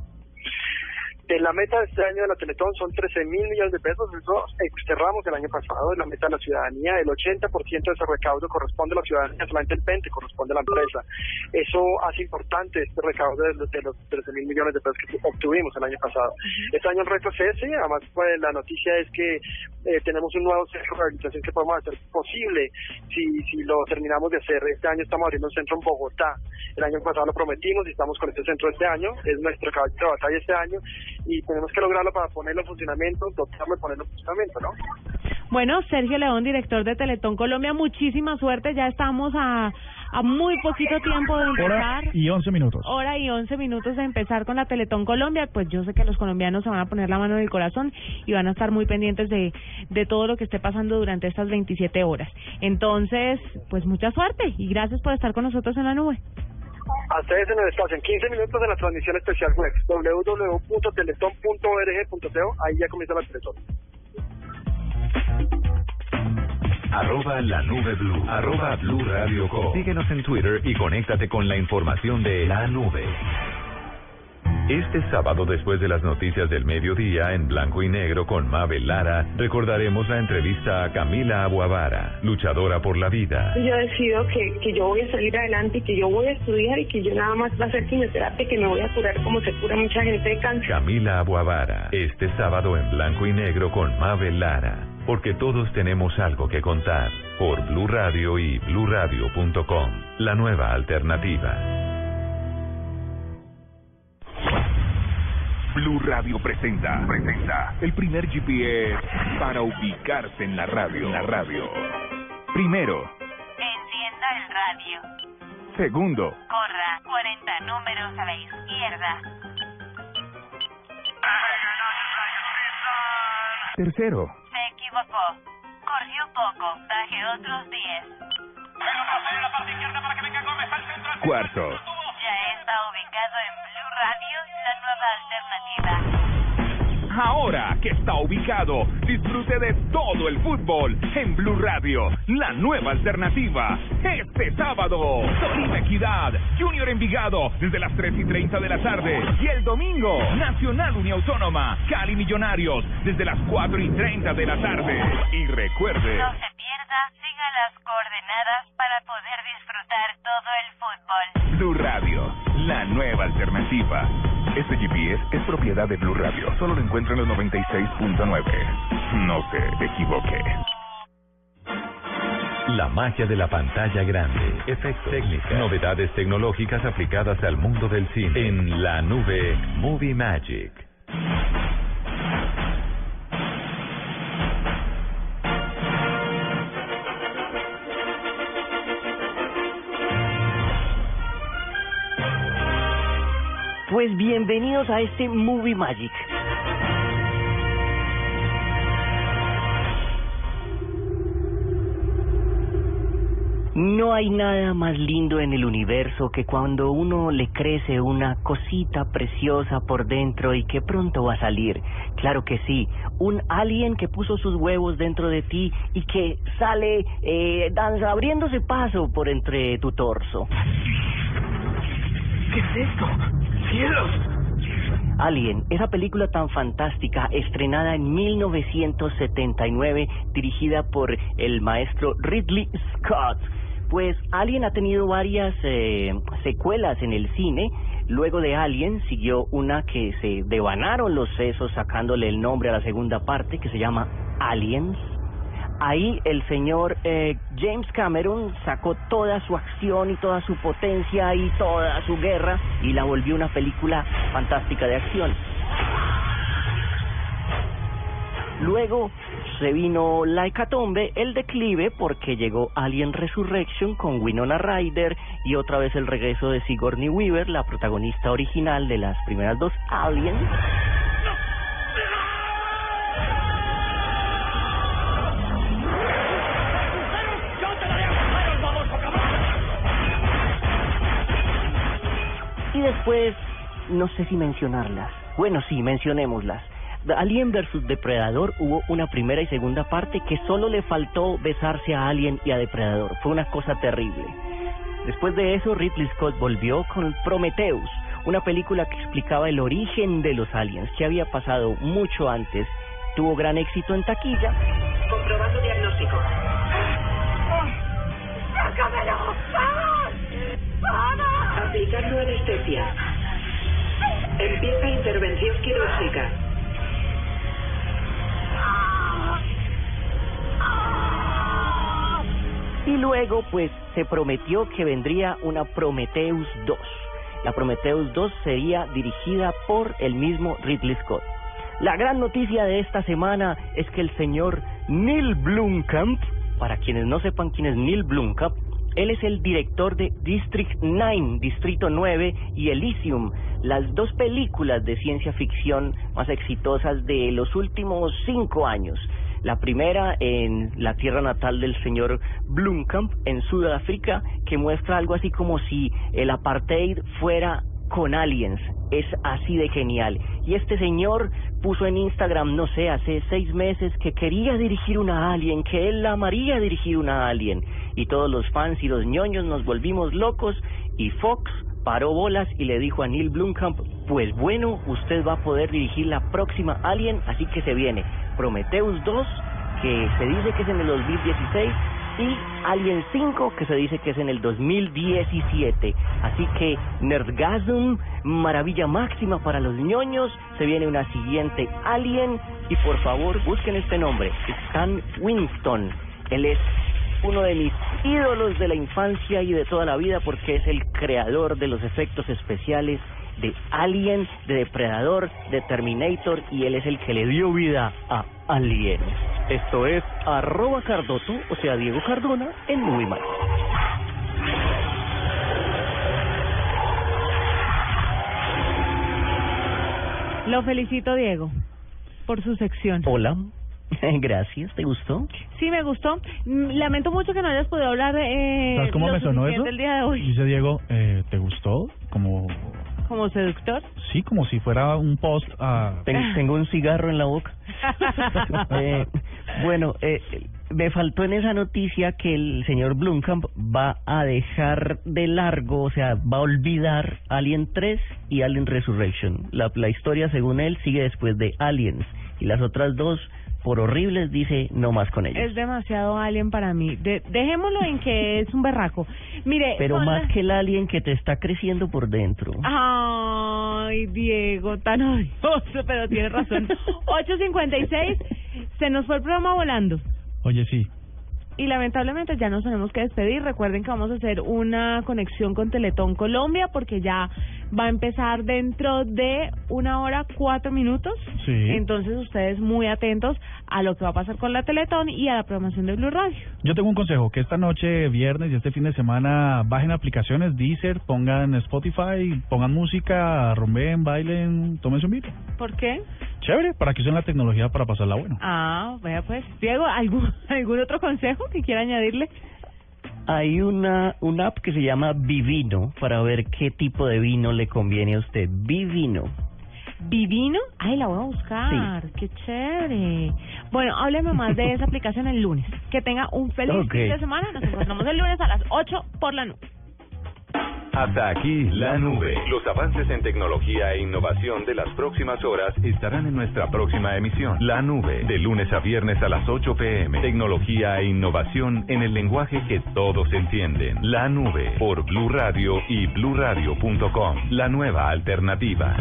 En la meta de este año de la Teletón son trece mil millones de pesos. Eso cerramos el año pasado, en la meta de la ciudadanía. El ochenta por ciento de ese recaudo corresponde a la ciudadanía, solamente el veinte por ciento corresponde a la empresa. Eso hace importante este recaudo de los, de los trece mil millones de pesos que obtuvimos el año pasado. Uh-huh. Este año el reto es ese. Además, pues, la noticia es que eh, tenemos un nuevo centro de rehabilitación que podemos hacer posible si, si lo terminamos de hacer. Este año estamos abriendo un centro en Bogotá. El año pasado lo prometimos y estamos con este centro este año. Es nuestro caballo de batalla este año, y tenemos que lograrlo para ponerlo en funcionamiento, dotarlo y ponerlo en funcionamiento, ¿no? Bueno, Sergio León, director de Teletón Colombia, muchísima suerte. Ya estamos a, a muy poquito tiempo de empezar. Hora y once minutos. Hora y once minutos de empezar con la Teletón Colombia. Pues yo sé que los colombianos se van a poner la mano en el corazón y van a estar muy pendientes de, de todo lo que esté pasando durante estas veintisiete horas. Entonces, pues mucha suerte y gracias por estar con nosotros en la nube. A ustedes en el espacio, en quince minutos de la transmisión especial web, doble u doble u doble u punto teletón punto org punto co, ahí ya comienza la Teletón. Arroba la nube blue, arroba blue radio co. Síguenos en Twitter y conéctate con la información de la nube. Este sábado, después de las noticias del mediodía, en blanco y negro con Mabel Lara, recordaremos la entrevista a Camila Abuavara, luchadora por la vida. Yo decido que, que yo voy a salir adelante y que yo voy a estudiar y que yo nada más va a hacer quimioterapia, que me voy a curar como se cura mucha gente de cáncer. Camila Abuavara, este sábado en blanco y negro con Mabel Lara, porque todos tenemos algo que contar, por Blue Radio y blue radio punto com, la nueva alternativa. Blue Radio presenta, presenta el primer G P S para ubicarse en la radio. En la radio. Primero, encienda el radio. Segundo, corra cuarenta números a la izquierda. Tercero, se equivocó. Corrió poco, baje otros diez. Cuarto, ya está ubicado en Blue Radio, la nueva alternativa. Ahora que está ubicado, disfrute de todo el fútbol en Blue Radio, la nueva alternativa. Este sábado, Tolima Equidad, Junior Envigado, desde las tres y treinta de la tarde. Y el domingo, Nacional Unión Autónoma, Cali Millonarios, desde las cuatro y treinta de la tarde. Y recuerde... No se pierda, siga las coordenadas para poder disfrutar todo el fútbol. Blue Radio, la nueva alternativa. Este G P S es propiedad de Blue Radio. Solo lo encuentra en los noventa y seis punto nueve. No se equivoque. La magia de la pantalla grande, efectos, técnicas, novedades tecnológicas aplicadas al mundo del cine. En la nube, Movie Magic. Pues bienvenidos a este Movie Magic. No hay nada más lindo en el universo que cuando uno le crece una cosita preciosa por dentro y que pronto va a salir. Claro que sí, un alien que puso sus huevos dentro de ti y que sale eh, danza, abriéndose paso por entre tu torso. ¿Qué es esto? ¡Cielos! Alien, esa película tan fantástica, estrenada en mil novecientos setenta y nueve, dirigida por el maestro Ridley Scott. Pues Alien ha tenido varias eh, secuelas en el cine. Luego de Alien siguió una que se devanaron los sesos sacándole el nombre a la segunda parte, que se llama Aliens. Ahí el señor eh, James Cameron sacó toda su acción y toda su potencia y toda su guerra y la volvió una película fantástica de acción. Luego se vino la hecatombe, el declive, porque llegó Alien Resurrection con Winona Ryder y otra vez el regreso de Sigourney Weaver, la protagonista original de las primeras dos Aliens. Y después, no sé si mencionarlas. Bueno, sí, mencionémoslas. Alien versus Depredador, hubo una primera y segunda parte que solo le faltó besarse a Alien y a Depredador. Fue una cosa terrible. Después de eso, Ridley Scott volvió con Prometheus, una película que explicaba el origen de los aliens, que había pasado mucho antes. Tuvo gran éxito en taquilla. Comprobando diagnóstico. ¡Sácamelo! ¡Vamos! ¡Vamos! Aplicando anestesia. Empieza intervención quirúrgica. Y luego, pues, se prometió que vendría una Prometheus dos. La Prometheus dos sería dirigida por el mismo Ridley Scott. La gran noticia de esta semana es que el señor Neil Blomkamp, para quienes no sepan quién es Neil Blomkamp, él es el director de District nueve, Distrito nueve y Elysium, las dos películas de ciencia ficción más exitosas de los últimos cinco años. La primera en la tierra natal del señor Blomkamp, en Sudáfrica, que muestra algo así como si el apartheid fuera con aliens. Es así de genial. Y este señor puso en Instagram, no sé, hace seis meses, que quería dirigir una alien, que él la amaría dirigir una alien. Y todos los fans y los ñoños nos volvimos locos, y Fox paró bolas y le dijo a Neil Blomkamp, pues bueno, usted va a poder dirigir la próxima Alien, así que se viene Prometheus dos, que se dice que es en el dos mil dieciséis, y Alien cinco, que se dice que es en el dos mil diecisiete. Así que Nerdgasm, maravilla máxima para los ñoños, se viene una siguiente Alien, y por favor busquen este nombre, Stan Winston. Él es uno de mis ídolos de la infancia y de toda la vida, porque es el creador de los efectos especiales de Alien, de Depredador, de Terminator, y él es el que le dio vida a Alien. Esto es arroba Cardoso, o sea Diego Cardona, en Movie Magic. Lo felicito, Diego, por su sección. Hola. Gracias, ¿te gustó? Sí, me gustó. Lamento mucho que no hayas podido hablar eh, ¿Sabes cómo lo me sonó eso? del día de hoy. Dice Diego, eh, ¿te gustó? Como... ¿Como seductor? Sí, como si fuera un post a... Ten, tengo un cigarro en la boca. eh, bueno, eh, me faltó en esa noticia que el señor Blomkamp va a dejar de largo, o sea, va a olvidar Alien tres y Alien Resurrection. La, la historia, según él, sigue después de Aliens, y las otras dos, por horribles, dice, no más con ellos. Es demasiado Alien para mí. De, dejémoslo en que es un berraco. Mire, pero más la... que el Alien que te está creciendo por dentro. Ay, Diego, tan odioso, pero tienes razón. ocho cincuenta y seis, se nos fue el programa volando. Oye, sí. Y lamentablemente ya nos tenemos que despedir. Recuerden que vamos a hacer una conexión con Teletón Colombia, porque ya va a empezar dentro de una hora, cuatro minutos. Sí. Entonces ustedes muy atentos a lo que va a pasar con la Teletón y a la programación de Blue Radio. Yo tengo un consejo, que esta noche, viernes y este fin de semana bajen aplicaciones, Deezer, pongan Spotify, pongan música, rumben, bailen, tómense un vino. ¿Por qué? Chévere, para que usen la tecnología para pasarla bueno. Ah, vea pues. Diego, ¿algún, algún otro consejo que quiera añadirle? Hay una, una app que se llama Vivino para ver qué tipo de vino le conviene a usted. Vivino. ¿Vivino? Ay, la voy a buscar. Sí. Qué chévere. Bueno, hábleme más de esa aplicación el lunes. Que tenga un feliz Okay. fin de semana. Nos encontramos el lunes a las ocho por la nube. Hasta aquí La Nube. Los avances en tecnología e innovación de las próximas horas estarán en nuestra próxima emisión. La Nube, de lunes a viernes a las ocho pm. Tecnología e innovación en el lenguaje que todos entienden. La Nube, por Blue Radio y blue radio punto com. La nueva alternativa.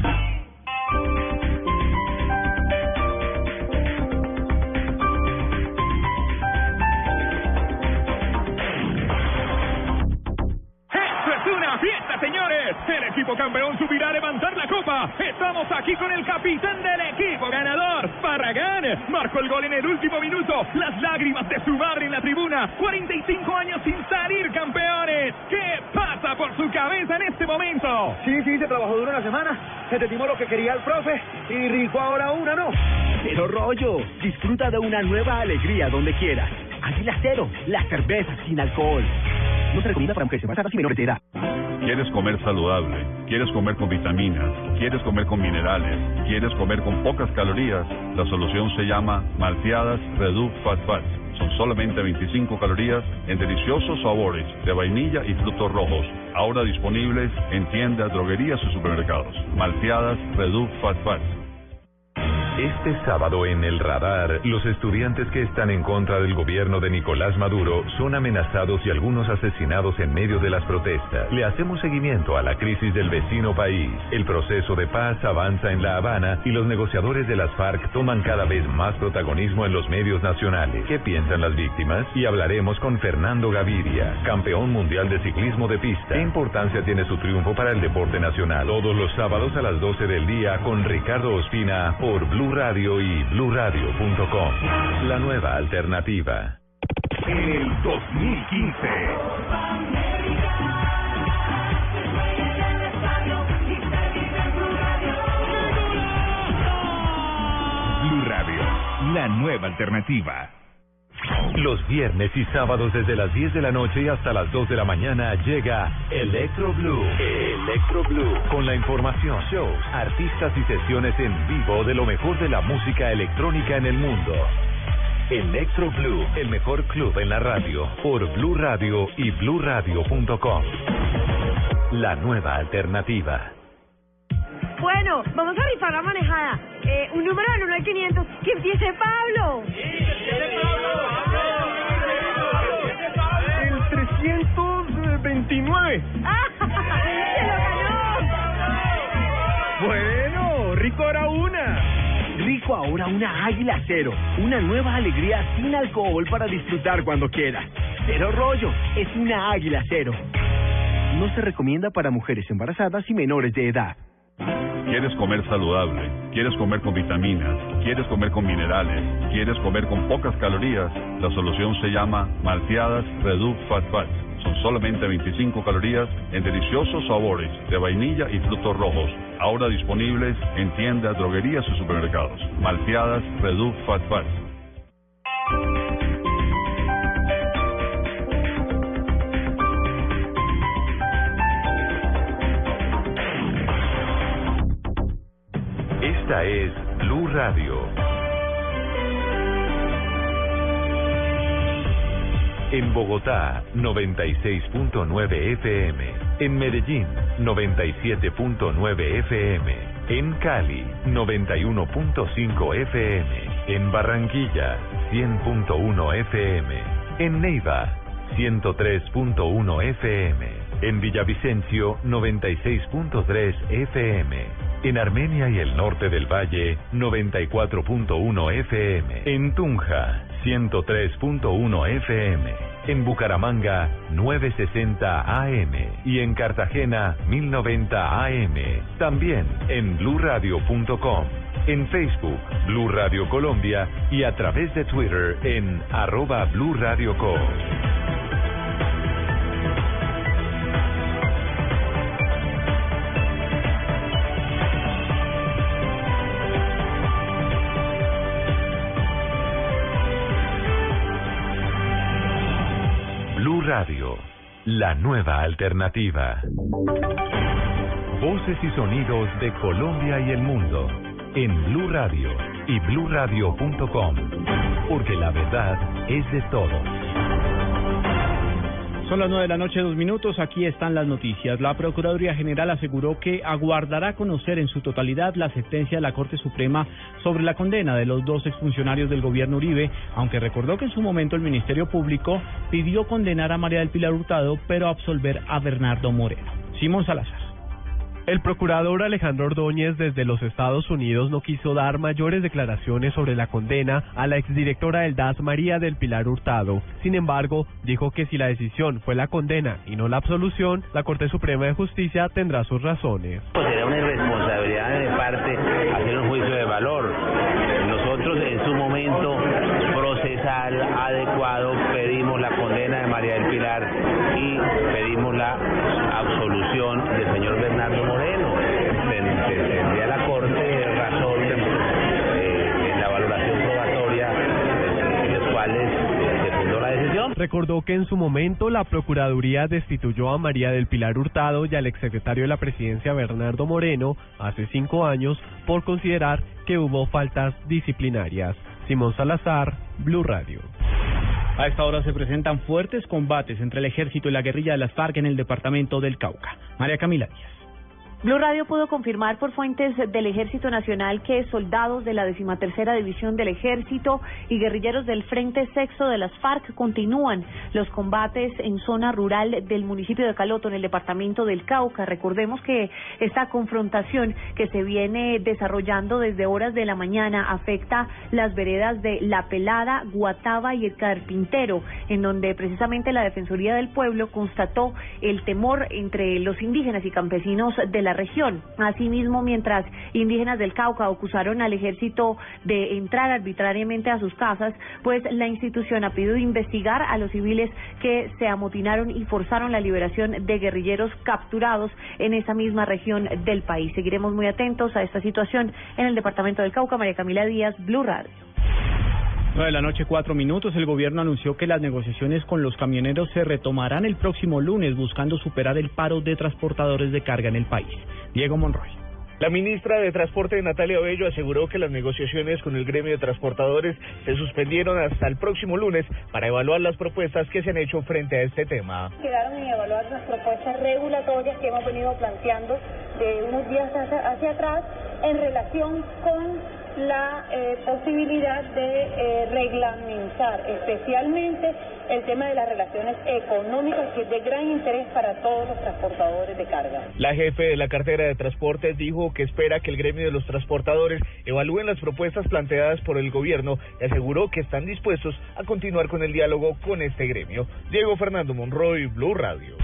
¡Fiesta, señores! El equipo campeón subirá a levantar la copa. Estamos aquí con el capitán del equipo ganador, Barragán. Marcó el gol en el último minuto. Las lágrimas de su madre en la tribuna. cuarenta y cinco años sin salir campeones. ¿Qué pasa por su cabeza en este momento? Sí, sí, se trabajó duro una semana. Se te timó lo que quería el profe y rico ahora una, ¿no? Pero rollo, disfruta de una nueva alegría donde quieras. Águila Cero, la cerveza sin alcohol. No se recomienda para mujeres embarazadas y menores de edad. ¿Quieres comer saludable? ¿Quieres comer con vitaminas? ¿Quieres comer con minerales? ¿Quieres comer con pocas calorías? La solución se llama Malteadas Reduc Fat Fats. Son solamente veinticinco calorías en deliciosos sabores de vainilla y frutos rojos. Ahora disponibles en tiendas, droguerías y supermercados. Malteadas Reduc Fat Fats. Este sábado en El Radar, los estudiantes que están en contra del gobierno de Nicolás Maduro son amenazados y algunos asesinados en medio de las protestas. Le hacemos seguimiento a la crisis del vecino país. El proceso de paz avanza en La Habana y los negociadores de las FARC toman cada vez más protagonismo en los medios nacionales. ¿Qué piensan las víctimas? Y hablaremos con Fernando Gaviria, campeón mundial de ciclismo de pista. ¿Qué importancia tiene su triunfo para el deporte nacional? Todos los sábados a las doce del día con Ricardo Ospina por Blue Radio y blue radio punto com. La nueva alternativa. En el dos mil quince. Blue Radio, la nueva alternativa. Los viernes y sábados desde las diez de la noche y hasta las dos de la mañana llega Electro Blue. Electro Blue. Con la información, shows, artistas y sesiones en vivo de lo mejor de la música electrónica en el mundo. Electro Blue, el mejor club en la radio. Por Blue Radio y blue radio punto com. La nueva alternativa. Bueno, vamos a rifar la manejada. Eh, un número del uno al quinientos. ¡Que empiece Pablo! El trescientos veintinueve. ¡Ah! ¡Se lo ganó! Bueno, rico ahora una. Rico ahora una Águila Cero. Una nueva alegría sin alcohol para disfrutar cuando quieras. Cero rollo, es una Águila Cero. No se recomienda para mujeres embarazadas y menores de edad. ¿Quieres comer saludable? ¿Quieres comer con vitaminas? ¿Quieres comer con minerales? ¿Quieres comer con pocas calorías? La solución se llama Malteadas Reduc Fat Fats. Son solamente veinticinco calorías en deliciosos sabores de vainilla y frutos rojos. Ahora disponibles en tiendas, droguerías y supermercados. Malteadas Reduc Fat Fats. Esta es Blue Radio. En Bogotá, noventa y seis punto nueve F M. En Medellín, noventa y siete punto nueve F M. En Cali, noventa y uno punto cinco F M. En Barranquilla, cien punto uno F M. En Neiva, ciento tres punto uno F M. En Villavicencio, noventa y seis punto tres F M. En Armenia y el norte del valle, noventa y cuatro punto uno F M. En Tunja, ciento tres punto uno F M. En Bucaramanga, novecientos sesenta A M. Y en Cartagena, mil noventa A M. También en blue radio punto com. En Facebook, Blue Radio Colombia y a través de Twitter en arroba Blue Radio Co. Blue Radio, la nueva alternativa. Voces y sonidos de Colombia y el mundo en Blue Radio y blue radio punto com, porque la verdad es de todos. Son las nueve de la noche, dos minutos. Aquí están las noticias. La Procuraduría General aseguró que aguardará conocer en su totalidad la sentencia de la Corte Suprema sobre la condena de los dos exfuncionarios del gobierno Uribe, aunque recordó que en su momento el Ministerio Público pidió condenar a María del Pilar Hurtado, pero absolver a Bernardo Moreno. Simón Salazar. El procurador Alejandro Ordóñez desde los Estados Unidos no quiso dar mayores declaraciones sobre la condena a la exdirectora del D A S María del Pilar Hurtado. Sin embargo, dijo que si la decisión fue la condena y no la absolución, la Corte Suprema de Justicia tendrá sus razones. Pues será una irresponsabilidad de parte hacer un juicio de valor. Nosotros en su momento procesal adecuado pedimos la condena de María del Pilar y pedimos la absolución del señor Bernardo Moreno. Tendría la Corte razón eh, en la valoración probatoria en los cuales se fundó la decisión. Recordó que en su momento la Procuraduría destituyó a María del Pilar Hurtado y al exsecretario de la Presidencia Bernardo Moreno hace cinco años por considerar que hubo faltas disciplinarias. Simón Salazar, Blue Radio. A esta hora se presentan fuertes combates entre el ejército y la guerrilla de las FARC en el departamento del Cauca. María Camila Díaz. Blue Radio pudo confirmar por fuentes del Ejército Nacional que soldados de la decimatercera División del Ejército y guerrilleros del Frente Sexto de las FARC continúan los combates en zona rural del municipio de Caloto, en el departamento del Cauca. Recordemos que esta confrontación que se viene desarrollando desde horas de la mañana afecta las veredas de La Pelada, Guataba y el Carpintero, en donde precisamente la Defensoría del Pueblo constató el temor entre los indígenas y campesinos de la región. Asimismo, mientras indígenas del Cauca acusaron al ejército de entrar arbitrariamente a sus casas, pues la institución ha pedido investigar a los civiles que se amotinaron y forzaron la liberación de guerrilleros capturados en esa misma región del país. Seguiremos muy atentos a esta situación en el departamento del Cauca. María Camila Díaz, Blue Radio. nueve de la noche, cuatro minutos. El gobierno anunció que las negociaciones con los camioneros se retomarán el próximo lunes, buscando superar el paro de transportadores de carga en el país. Diego Monroy. La ministra de Transporte, Natalia Bello, aseguró que las negociaciones con el gremio de transportadores se suspendieron hasta el próximo lunes para evaluar las propuestas que se han hecho frente a este tema. Quedaron en evaluar las propuestas regulatorias que hemos venido planteando de unos días hacia, hacia atrás en relación con la eh, posibilidad de eh, reglamentar especialmente el tema de las relaciones económicas, que es de gran interés para todos los transportadores de carga. La jefe de la cartera de transportes dijo que espera que el gremio de los transportadores evalúen las propuestas planteadas por el gobierno y aseguró que están dispuestos a continuar con el diálogo con este gremio. Diego Fernando Monroy, Blue Radio.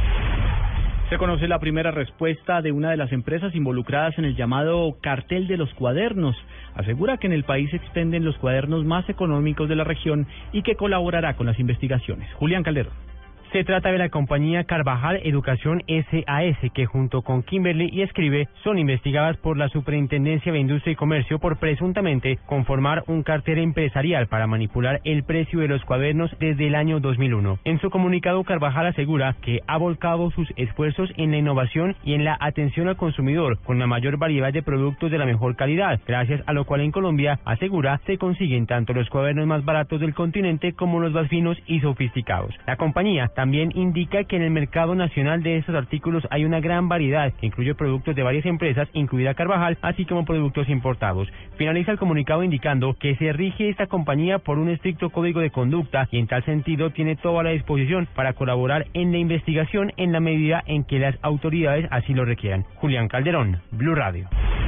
Se conoce la primera respuesta de una de las empresas involucradas en el llamado cartel de los cuadernos. Asegura que en el país se expenden los cuadernos más económicos de la región y que colaborará con las investigaciones. Julián Calderón. Se trata de la compañía Carvajal Educación S A S, que junto con Kimberly y Escribe son investigadas por la Superintendencia de Industria y Comercio por presuntamente conformar un cartel empresarial para manipular el precio de los cuadernos desde el año dos mil uno. En su comunicado, Carvajal asegura que ha volcado sus esfuerzos en la innovación y en la atención al consumidor con una mayor variedad de productos de la mejor calidad, gracias a lo cual en Colombia, asegura, se consiguen tanto los cuadernos más baratos del continente como los más finos y sofisticados. La compañía también indica que en el mercado nacional de estos artículos hay una gran variedad que incluye productos de varias empresas, incluida Carvajal, así como productos importados. Finaliza el comunicado indicando que se rige esta compañía por un estricto código de conducta y en tal sentido tiene toda la disposición para colaborar en la investigación en la medida en que las autoridades así lo requieran. Julián Calderón, Blue Radio.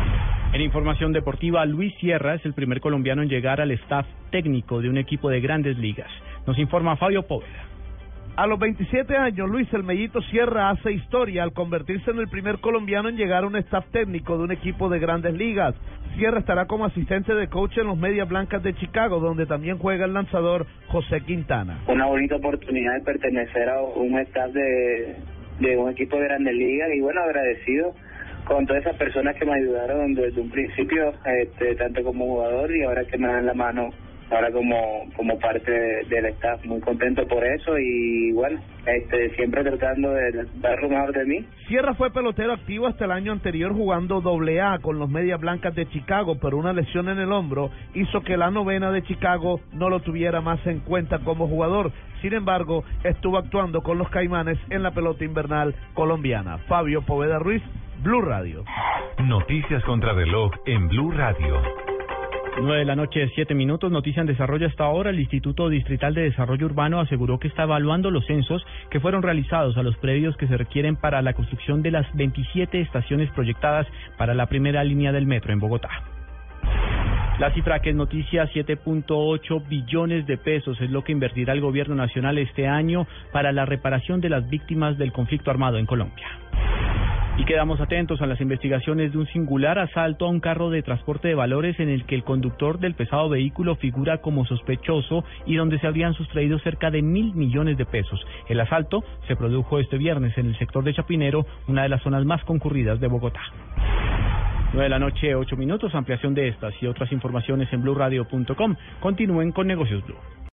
En información deportiva, Luis Sierra es el primer colombiano en llegar al staff técnico de un equipo de Grandes Ligas. Nos informa Fabio Poveda. A los veintisiete años, Luis El Mellito Sierra hace historia al convertirse en el primer colombiano en llegar a un staff técnico de un equipo de Grandes Ligas. Sierra estará como asistente de coach en los Medias Blancas de Chicago, donde también juega el lanzador José Quintana. Una bonita oportunidad de pertenecer a un staff de, de un equipo de Grandes Ligas y bueno, agradecido con todas esas personas que me ayudaron desde un principio, este, tanto como jugador y ahora que me dan la mano ahora como como parte de, del staff. Muy contento por eso y bueno, este siempre tratando de dar lo mejor de mí. Sierra fue pelotero activo hasta el año anterior jugando doble A con los Medias Blancas de Chicago, pero una lesión en el hombro hizo que la novena de Chicago no lo tuviera más en cuenta como jugador. Sin embargo, estuvo actuando con los Caimanes en la pelota invernal colombiana. Fabio Poveda Ruiz, Blue Radio. Noticias contra reloj en Blue Radio. Nueve de la noche, siete minutos. Noticia en desarrollo hasta ahora. El Instituto Distrital de Desarrollo Urbano aseguró que está evaluando los censos que fueron realizados a los predios que se requieren para la construcción de las veintisiete estaciones proyectadas para la primera línea del metro en Bogotá. La cifra que es noticia, siete punto ocho billones de pesos es lo que invertirá el gobierno nacional este año para la reparación de las víctimas del conflicto armado en Colombia. Y quedamos atentos a las investigaciones de un singular asalto a un carro de transporte de valores en el que el conductor del pesado vehículo figura como sospechoso y donde se habrían sustraído cerca de mil millones de pesos. El asalto se produjo este viernes en el sector de Chapinero, una de las zonas más concurridas de Bogotá. Nueve de la noche, ocho minutos. Ampliación de estas y otras informaciones en blue radio punto com. Continúen con Negocios Blue.